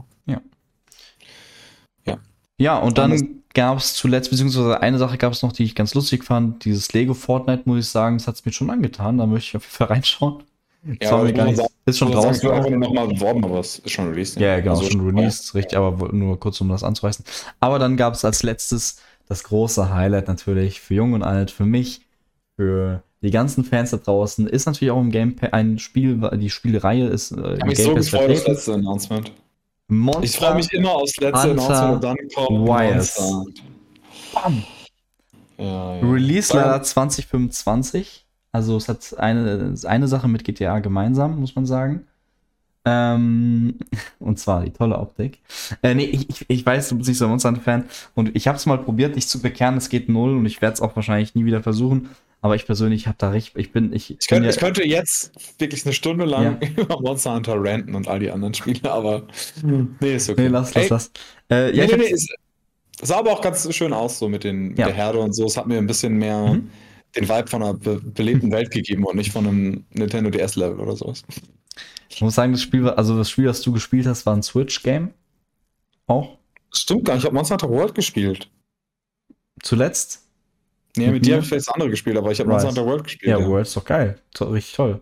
[SPEAKER 2] Ja, und
[SPEAKER 3] Anders-
[SPEAKER 2] dann gab es zuletzt, beziehungsweise eine Sache gab es noch, die ich ganz lustig fand. Dieses Lego Fortnite, muss ich sagen, das hat es mir schon angetan. Da möchte ich auf jeden Fall reinschauen. Das war mir gar nicht, ist schon draußen.
[SPEAKER 3] Ich habe einfach nur nochmal beworben, aber es ist schon released.
[SPEAKER 2] Ja, genau,
[SPEAKER 3] Also
[SPEAKER 2] schon released, richtig, aber nur kurz, um das anzureißen. Aber dann gab es als letztes das große Highlight natürlich für Jung und Alt, für mich, für die ganzen Fans da draußen, ist natürlich auch im Game Pass ein Spiel, die Spielreihe ist
[SPEAKER 3] Ich
[SPEAKER 2] im
[SPEAKER 3] habe mich
[SPEAKER 2] Game
[SPEAKER 3] so
[SPEAKER 2] Pass
[SPEAKER 3] gefreut auf das
[SPEAKER 2] vertreten.
[SPEAKER 3] letzte Announcement.
[SPEAKER 2] Monster
[SPEAKER 3] Ich freue mich immer aufs letzte
[SPEAKER 2] Hunter
[SPEAKER 3] Announcement und dann kommt
[SPEAKER 2] Wilds.
[SPEAKER 3] Monster.
[SPEAKER 2] Bam.
[SPEAKER 3] Ja.
[SPEAKER 2] Release leider 2025. Also es hat eine Sache mit GTA gemeinsam, muss man sagen. Und zwar die tolle Optik. Ich weiß, du bist nicht so ein Monster Hunter-Fan. Und ich habe es mal probiert, dich zu bekehren. Es geht null und ich werde es auch wahrscheinlich nie wieder versuchen. Aber ich persönlich habe da recht. Ich
[SPEAKER 3] könnte jetzt wirklich eine Stunde lang über Monster Hunter ranten und all die anderen Spiele, aber nee, ist okay.
[SPEAKER 2] Nee, lass.
[SPEAKER 3] Es sah aber auch ganz schön aus, so mit der Herde und so. Es hat mir ein bisschen mehr den Vibe von einer belebten Welt gegeben und nicht von einem Nintendo DS-Level oder sowas.
[SPEAKER 2] Ich muss sagen, das Spiel, das du gespielt hast, war ein Switch-Game. Auch?
[SPEAKER 3] Das stimmt gar nicht. Ich habe Monster Hunter World gespielt.
[SPEAKER 2] Zuletzt?
[SPEAKER 3] Nee, mit dir habe ich vielleicht das andere gespielt, aber ich habe Monster Hunter World gespielt.
[SPEAKER 2] Ja, World ist doch geil. Richtig toll.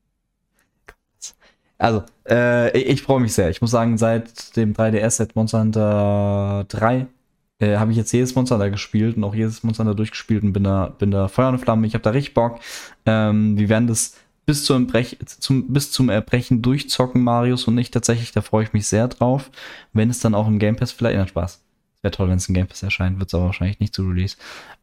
[SPEAKER 2] Also, ich freue mich sehr. Ich muss sagen, seit dem 3DS, seit Monster Hunter 3, habe ich jetzt jedes Monster Hunter gespielt und auch jedes Monster Hunter durchgespielt und bin da Feuer und Flamme. Ich habe da richtig Bock. Wir werden das bis zum Erbrechen durchzocken, Marius und ich tatsächlich. Da freue ich mich sehr drauf. Wenn es dann auch im Game Pass vielleicht, Spaß. Wäre toll, wenn es im Game Pass erscheint, wird es aber wahrscheinlich nicht zu Release.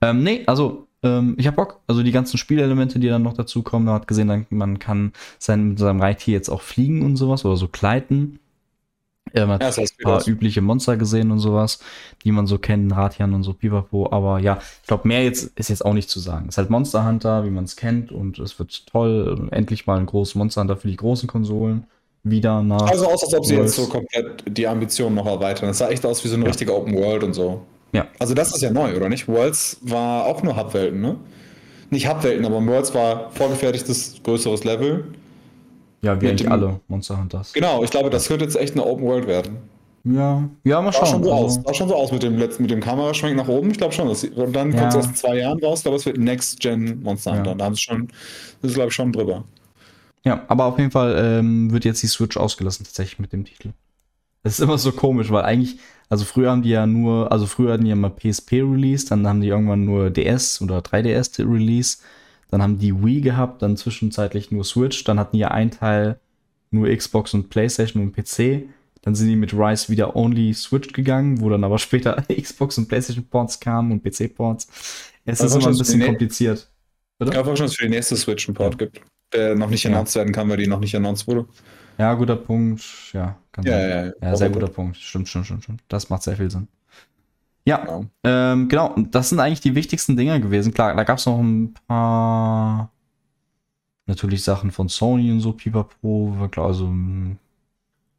[SPEAKER 2] Ich hab Bock. Also die ganzen Spielelemente, die dann noch dazu kommen, man hat gesehen, man kann mit seinem Reittier jetzt auch fliegen und sowas oder so gleiten. Man hat ein paar übliche Monster gesehen und sowas, die man so kennt, Ratian und so, Pipapo. Aber ja, ich glaube, mehr ist jetzt auch nicht zu sagen. Es ist halt Monster Hunter, wie man es kennt und es wird toll. Endlich mal ein großes Monster Hunter für die großen Konsolen. Wieder nach.
[SPEAKER 3] Also aus, als ob sie jetzt so komplett die Ambitionen noch erweitern. Das sah echt aus wie so eine richtige Open World und so.
[SPEAKER 2] Ja.
[SPEAKER 3] Also das ist ja neu, oder nicht? Worlds war auch nur Hubwelten, ne? Nicht Hubwelten, aber Worlds war vorgefertigtes, größeres Level.
[SPEAKER 2] Ja, wie eigentlich alle Monster Hunters.
[SPEAKER 3] Genau, ich glaube, das könnte jetzt echt eine Open World werden.
[SPEAKER 2] Ja, mal schauen.
[SPEAKER 3] Sah schon so aus mit dem Kameraschwenk nach oben. Ich glaube schon. Und dann kommt es erst in 2 Jahren raus. Ich glaube, es wird Next-Gen Monster Hunter. Da haben sie das ist, glaube ich, schon drüber.
[SPEAKER 2] Ja, aber auf jeden Fall wird jetzt die Switch ausgelassen, tatsächlich mit dem Titel. Das ist immer so komisch, weil eigentlich, früher hatten die ja mal PSP released, dann haben die irgendwann nur DS oder 3DS Release, dann haben die Wii gehabt, dann zwischenzeitlich nur Switch, dann hatten die ja einen Teil nur Xbox und PlayStation und PC, dann sind die mit Rise wieder only Switch gegangen, wo dann aber später Xbox und PlayStation Ports kamen und PC Ports. Es ist immer ein bisschen kompliziert.
[SPEAKER 3] Ich glaube schon, dass es für die nächste Switch einen Port gibt, der noch nicht announced werden kann, weil die noch nicht announced wurde.
[SPEAKER 2] Ja, guter Punkt. Ja, kann sein.
[SPEAKER 3] Ja,
[SPEAKER 2] sehr guter Punkt. Stimmt. Das macht sehr viel Sinn. Ja, genau. Das sind eigentlich die wichtigsten Dinge gewesen. Klar, da gab es noch ein paar natürlich Sachen von Sony und so, Pipapo. Also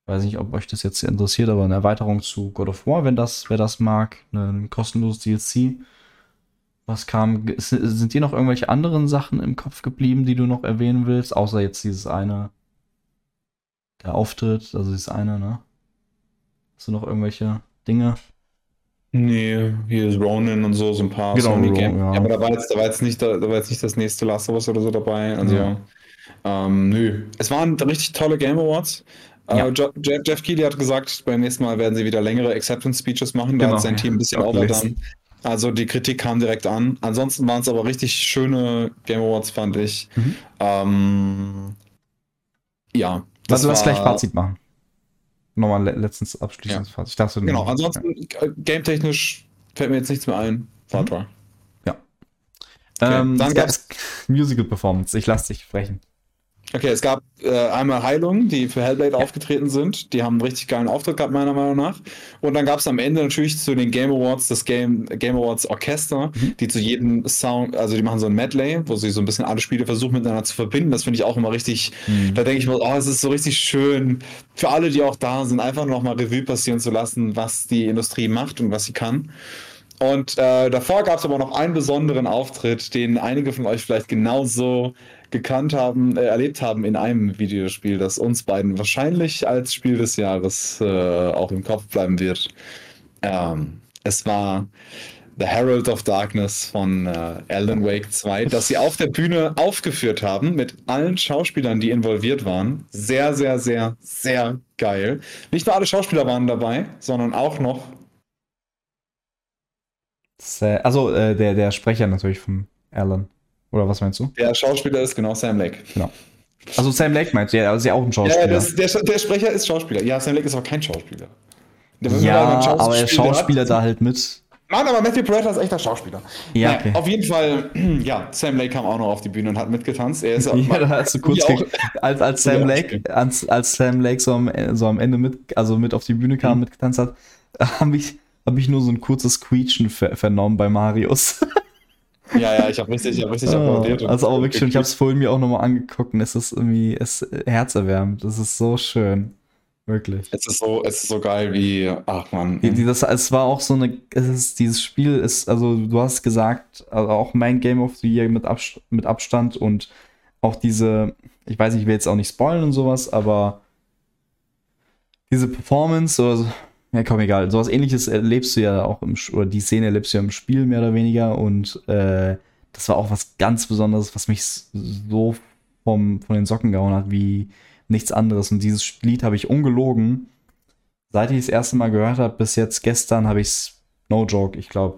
[SPEAKER 2] Weiß nicht, ob euch das jetzt interessiert, aber eine Erweiterung zu God of War, wer das mag, ein kostenloses DLC. Was kam? Sind dir noch irgendwelche anderen Sachen im Kopf geblieben, die du noch erwähnen willst? Außer jetzt dieses eine, der Auftritt, also dieses eine, ne? Hast du noch irgendwelche Dinge?
[SPEAKER 3] Nee, hier ist Ronin und so ein paar
[SPEAKER 2] Genau,
[SPEAKER 3] Sony-Games.
[SPEAKER 2] ja.
[SPEAKER 3] Ja, aber da war jetzt nicht das nächste Last of Us oder so dabei. Also, nö. Es waren richtig tolle Game Awards.
[SPEAKER 2] Ja.
[SPEAKER 3] Jeff Keighley hat gesagt, beim nächsten Mal werden sie wieder längere Acceptance-Speeches machen. Da
[SPEAKER 2] Genau,
[SPEAKER 3] hat sein Team ein bisschen
[SPEAKER 2] auch
[SPEAKER 3] overdone. Also die Kritik kam direkt an. Ansonsten waren es aber richtig schöne Game Awards, fand ich. Ja.
[SPEAKER 2] Lass gleich Fazit machen. Nochmal letztens abschließendes Fazit. Ich dachte,
[SPEAKER 3] genau, ansonsten game-technisch fällt mir jetzt nichts mehr ein. War toll.
[SPEAKER 2] Ja.
[SPEAKER 3] Okay. Dann
[SPEAKER 2] gab's Musical Performance. Ich lasse dich sprechen.
[SPEAKER 3] Okay, es gab einmal Heilung, die für Hellblade aufgetreten sind. Die haben einen richtig geilen Auftritt gehabt, meiner Meinung nach. Und dann gab es am Ende natürlich zu den Game Awards das Game Awards Orchester, die zu jedem Sound, also die machen so ein Medley, wo sie so ein bisschen alle Spiele versuchen miteinander zu verbinden. Das finde ich auch immer richtig, da denke ich mir, es ist so richtig schön für alle, die auch da sind, einfach nochmal Revue passieren zu lassen, was die Industrie macht und was sie kann. Und davor gab es aber noch einen besonderen Auftritt, den einige von euch vielleicht genauso erlebt haben in einem Videospiel, das uns beiden wahrscheinlich als Spiel des Jahres auch im Kopf bleiben wird. Es war The Herald of Darkness von Alan Wake 2, das sie auf der Bühne aufgeführt haben mit allen Schauspielern, die involviert waren. Sehr, sehr, sehr, sehr geil. Nicht nur alle Schauspieler waren dabei, sondern auch noch
[SPEAKER 2] der Sprecher natürlich von Alan. Oder was meinst du?
[SPEAKER 3] Der Schauspieler ist genau Sam Lake.
[SPEAKER 2] Genau. Also Sam Lake meinst du, ja, aber ist ja auch ein Schauspieler.
[SPEAKER 3] Ja, der Sprecher ist Schauspieler. Ja, Sam Lake ist aber kein Schauspieler.
[SPEAKER 2] Ja, aber er Schauspieler da halt mit.
[SPEAKER 3] Mann, aber Matthew Peretta ist echter Schauspieler.
[SPEAKER 2] Ja, okay.
[SPEAKER 3] Auf jeden Fall, ja, Sam Lake kam auch noch auf die Bühne und hat mitgetanzt. Er ist
[SPEAKER 2] ja, da hast du kurz als Sam Lake so am Ende mit auf die Bühne kam, mitgetanzt hat, habe ich nur so ein kurzes Quietschen vernommen bei Marius.
[SPEAKER 3] Ja, ich hab richtig applaudiert.
[SPEAKER 2] Also auch wirklich schön. Ich habe es vorhin mir auch nochmal angeguckt und es ist herzerwärmend. Das ist so schön. Wirklich.
[SPEAKER 3] Es ist so geil wie, ach man.
[SPEAKER 2] Es war auch so dieses Spiel ist, also du hast gesagt, also auch mein Game of the Year mit Abstand und auch diese, ich weiß nicht, ich will jetzt auch nicht spoilern und sowas, aber diese Performance oder so, ja, komm, egal. Sowas Ähnliches erlebst du ja auch oder die Szene erlebst du ja im Spiel mehr oder weniger und das war auch was ganz Besonderes, was mich so von den Socken gehauen hat wie nichts anderes. Und dieses Lied habe ich ungelogen, seit ich das erste Mal gehört habe, bis jetzt gestern habe ich es, no joke, ich glaube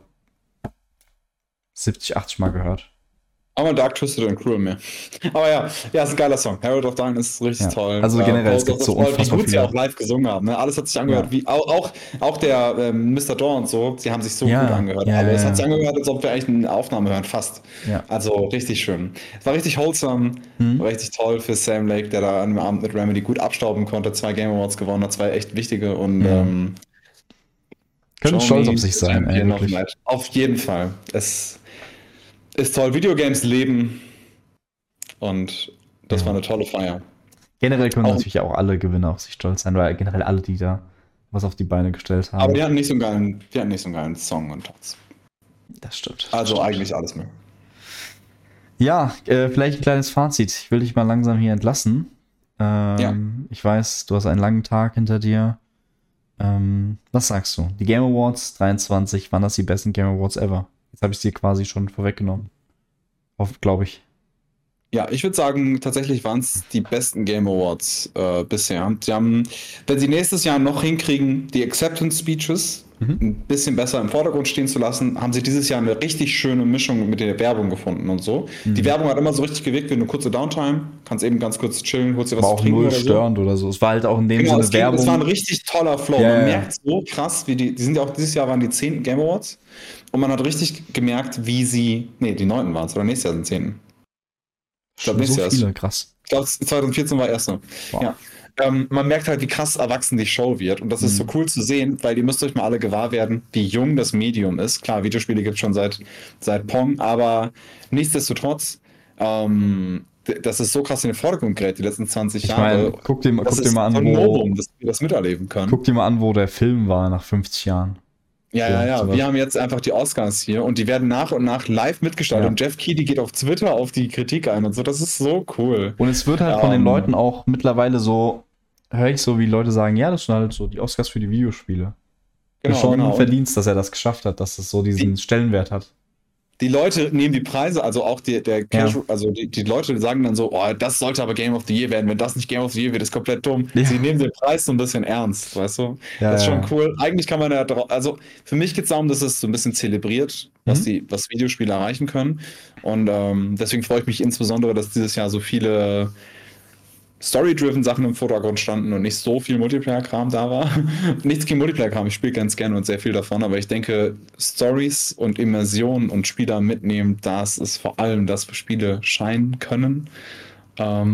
[SPEAKER 2] 70, 80 Mal gehört.
[SPEAKER 3] Aber Dark Twisted und Cruel mehr. Aber ja, ist ein geiler Song. Herald of Darkness ist richtig toll.
[SPEAKER 2] Also generell, es gibt so
[SPEAKER 3] unfassbar wie gut sie auch live gesungen haben. Ne? Alles hat sich angehört, wie auch der Mr. Dawn und so, sie haben sich so gut angehört. Aber es hat sich angehört, als ob wir eigentlich eine Aufnahme hören, fast. Ja. Also richtig schön. Es war richtig wholesome, war richtig toll für Sam Lake, der da an dem Abend mit Remedy gut abstauben konnte, 2 Game Awards gewonnen hat, 2 echt wichtige und
[SPEAKER 2] können stolz auf sich sein.
[SPEAKER 3] Auf jeden Fall. Es ist toll. Videogames leben und das war eine tolle Feier.
[SPEAKER 2] Generell können natürlich auch alle Gewinner auf sich stolz sein, weil generell alle, die da was auf die Beine gestellt haben.
[SPEAKER 3] Aber die hatten nicht so einen geilen Song und Tanz.
[SPEAKER 2] Das stimmt.
[SPEAKER 3] Also eigentlich alles mehr.
[SPEAKER 2] Ja, vielleicht ein kleines Fazit. Ich will dich mal langsam hier entlassen. Ich weiß, du hast einen langen Tag hinter dir. Was sagst du? Die Game Awards 23, waren das die besten Game Awards ever? Jetzt habe ich sie quasi schon vorweggenommen. Glaube ich.
[SPEAKER 3] Ja, ich würde sagen, tatsächlich waren es die besten Game Awards bisher. Sie haben, wenn sie nächstes Jahr noch hinkriegen, die Acceptance Speeches ein bisschen besser im Vordergrund stehen zu lassen, haben sie dieses Jahr eine richtig schöne Mischung mit der Werbung gefunden und so. Die Werbung hat immer so richtig gewirkt wie eine kurze Downtime. Kannst eben ganz kurz chillen, holst dir was zu trinken
[SPEAKER 2] oder so. Auch null störend oder so. Es war halt auch in dem Sinne Werbung.
[SPEAKER 3] Es war ein richtig toller Flow. Man merkt so krass, wie die sind ja auch dieses Jahr waren die 10. Game Awards und man hat richtig gemerkt, wie sie, die 9. waren es oder nächstes Jahr sind 10.
[SPEAKER 2] Ich glaube, nächstes Jahr viele, krass.
[SPEAKER 3] Ich glaube, 2014 war erste. Wow. Ja. Man merkt halt, wie krass erwachsen die Show wird. Und das ist so cool zu sehen, weil ihr müsst euch mal alle gewahr werden, wie jung das Medium ist. Klar, Videospiele gibt es schon seit Pong, aber nichtsdestotrotz, das ist so krass in den Vordergrund gerät, die letzten 20 Jahre.
[SPEAKER 2] Guck dir mal an,
[SPEAKER 3] die das miterleben können.
[SPEAKER 2] Guck dir mal an, wo der Film war nach 50 Jahren.
[SPEAKER 3] Ja.
[SPEAKER 2] sowas.
[SPEAKER 3] Wir haben jetzt einfach die Oscars hier und die werden nach und nach live mitgestaltet.
[SPEAKER 2] Ja.
[SPEAKER 3] Und Jeff Keighley geht auf Twitter auf die Kritik ein und so. Das ist so cool.
[SPEAKER 2] Und es wird halt von den Leuten auch mittlerweile so, höre ich so, wie Leute sagen, ja, das sind halt so die Oscars für die Videospiele. Schon ein Verdienst, dass er das geschafft hat, dass es so diesen Stellenwert hat.
[SPEAKER 3] Die Leute nehmen die Preise, also auch der Casual, also die Leute sagen dann so, oh, das sollte aber Game of the Year werden. Wenn das nicht Game of the Year wird, ist komplett dumm.
[SPEAKER 2] Ja.
[SPEAKER 3] Sie nehmen den Preis so ein bisschen ernst, weißt du?
[SPEAKER 2] Ja,
[SPEAKER 3] das ist schon cool. Eigentlich kann man ja also für mich geht es darum, dass es so ein bisschen zelebriert, was Videospiele erreichen können. Und deswegen freue ich mich insbesondere, dass dieses Jahr so viele Story-driven Sachen im Vordergrund standen und nicht so viel Multiplayer-Kram da war. Nichts gegen Multiplayer-Kram, ich spiele ganz gerne und sehr viel davon, aber ich denke, Stories und Immersion und Spieler mitnehmen, das ist vor allem das, wo Spiele scheinen können. Ja,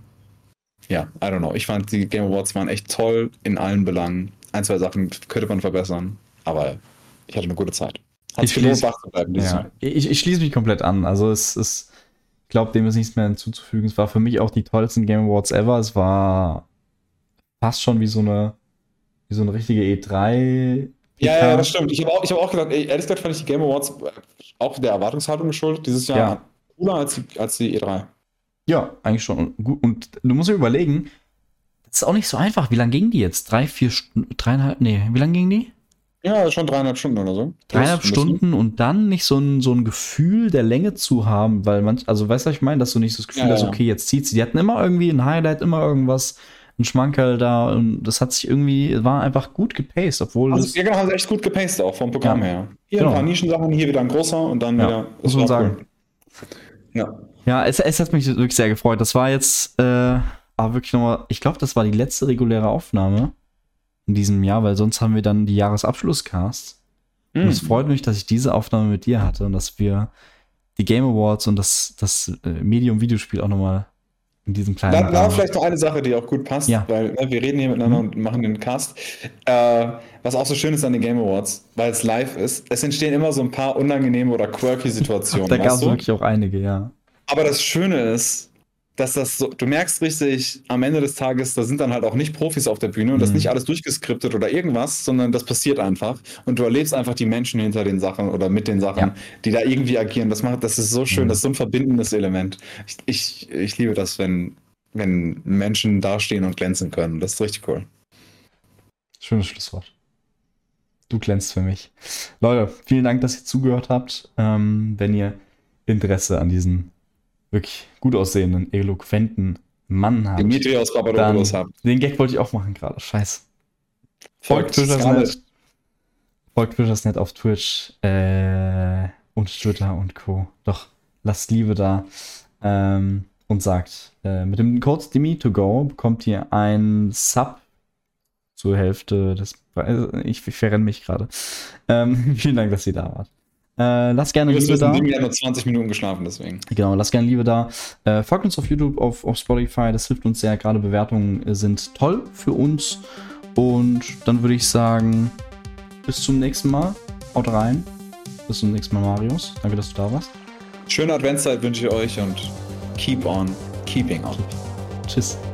[SPEAKER 3] I don't know. Ich fand, die Game Awards waren echt toll in allen Belangen. Ein, zwei Sachen könnte man verbessern, aber ich hatte eine gute Zeit. Hat sich gelohnt, wach zu bleiben dieses Jahr.
[SPEAKER 2] Ich schließe mich komplett an. Also ich glaube, dem ist nichts mehr hinzuzufügen. Es war für mich auch die tollsten Game Awards ever. Es war fast schon wie so eine richtige E3.
[SPEAKER 3] Ja, das stimmt. Ich hab auch gedacht, ehrlich gesagt fand ich die Game Awards auch der Erwartungshaltung geschuldet dieses Jahr cooler als die E3.
[SPEAKER 2] Ja, eigentlich schon. Und du musst dir überlegen, das ist auch nicht so einfach. Wie lange ging die jetzt? 3, 4 Stunden? 3,5? Nee, wie lange ging die?
[SPEAKER 3] Ja, schon 3,5 Stunden oder so.
[SPEAKER 2] 3,5 Stunden und dann nicht so ein Gefühl der Länge zu haben, weil also weißt du, was ich meine, dass du nicht so das Gefühl hast, okay, jetzt zieht sie. Die hatten immer irgendwie ein Highlight, immer irgendwas, ein Schmankerl da und das hat sich irgendwie, war einfach gut gepaced, obwohl
[SPEAKER 3] also, genau, haben sie echt gut gepaced auch vom Programm her. Hier ein paar Nischensachen, hier wieder ein großer und dann wieder.
[SPEAKER 2] Muss man sagen.
[SPEAKER 3] Cool.
[SPEAKER 2] Ja, es hat mich wirklich sehr gefreut. Das war jetzt aber wirklich nochmal, ich glaube, das war die letzte reguläre Aufnahme in diesem Jahr, weil sonst haben wir dann die Jahresabschlusscasts. Und es freut mich, dass ich diese Aufnahme mit dir hatte und dass wir die Game Awards und das Medium-Videospiel auch nochmal in diesem kleinen
[SPEAKER 3] Da vielleicht noch eine Sache, die auch gut passt, weil wir reden hier miteinander und machen den Cast. Was auch so schön ist an den Game Awards, weil es live ist, es entstehen immer so ein paar unangenehme oder quirky Situationen.
[SPEAKER 2] Da gab es wirklich auch einige, ja.
[SPEAKER 3] Aber das Schöne ist, dass das so, du merkst richtig, am Ende des Tages, da sind dann halt auch nicht Profis auf der Bühne und das ist nicht alles durchgeskriptet oder irgendwas, sondern das passiert einfach und du erlebst einfach die Menschen hinter den Sachen oder mit den Sachen, die da irgendwie agieren. Das ist so schön, das ist so ein verbindendes Element. Ich liebe das, wenn Menschen dastehen und glänzen können. Das ist richtig cool.
[SPEAKER 2] Schönes Schlusswort. Du glänzt für mich. Leute, vielen Dank, dass ihr zugehört habt. Wenn ihr Interesse an diesen wirklich gut aussehenden, eloquenten Mann habt.
[SPEAKER 3] Dimitri aus Papadopoulos habt.
[SPEAKER 2] Den Gag wollte ich auch machen gerade. Scheiße. Folgt Fishersnet auf Twitch und Twitter und Co. Doch, lasst Liebe da und sagt, mit dem Code DIMI2GO bekommt ihr ein Sub zur Hälfte des ich verrenne mich gerade. Vielen Dank, dass ihr da wart. Lasst gerne Liebe da.
[SPEAKER 3] Wir haben nur 20 Minuten geschlafen, deswegen.
[SPEAKER 2] Genau, lasst gerne Liebe da. Folgt uns auf YouTube, auf Spotify, das hilft uns sehr. Gerade Bewertungen sind toll für uns. Und dann würde ich sagen, bis zum nächsten Mal. Haut rein. Bis zum nächsten Mal, Marius. Danke, dass du da warst.
[SPEAKER 3] Schöne Adventszeit wünsche ich euch und keep on keeping on.
[SPEAKER 2] Tschüss.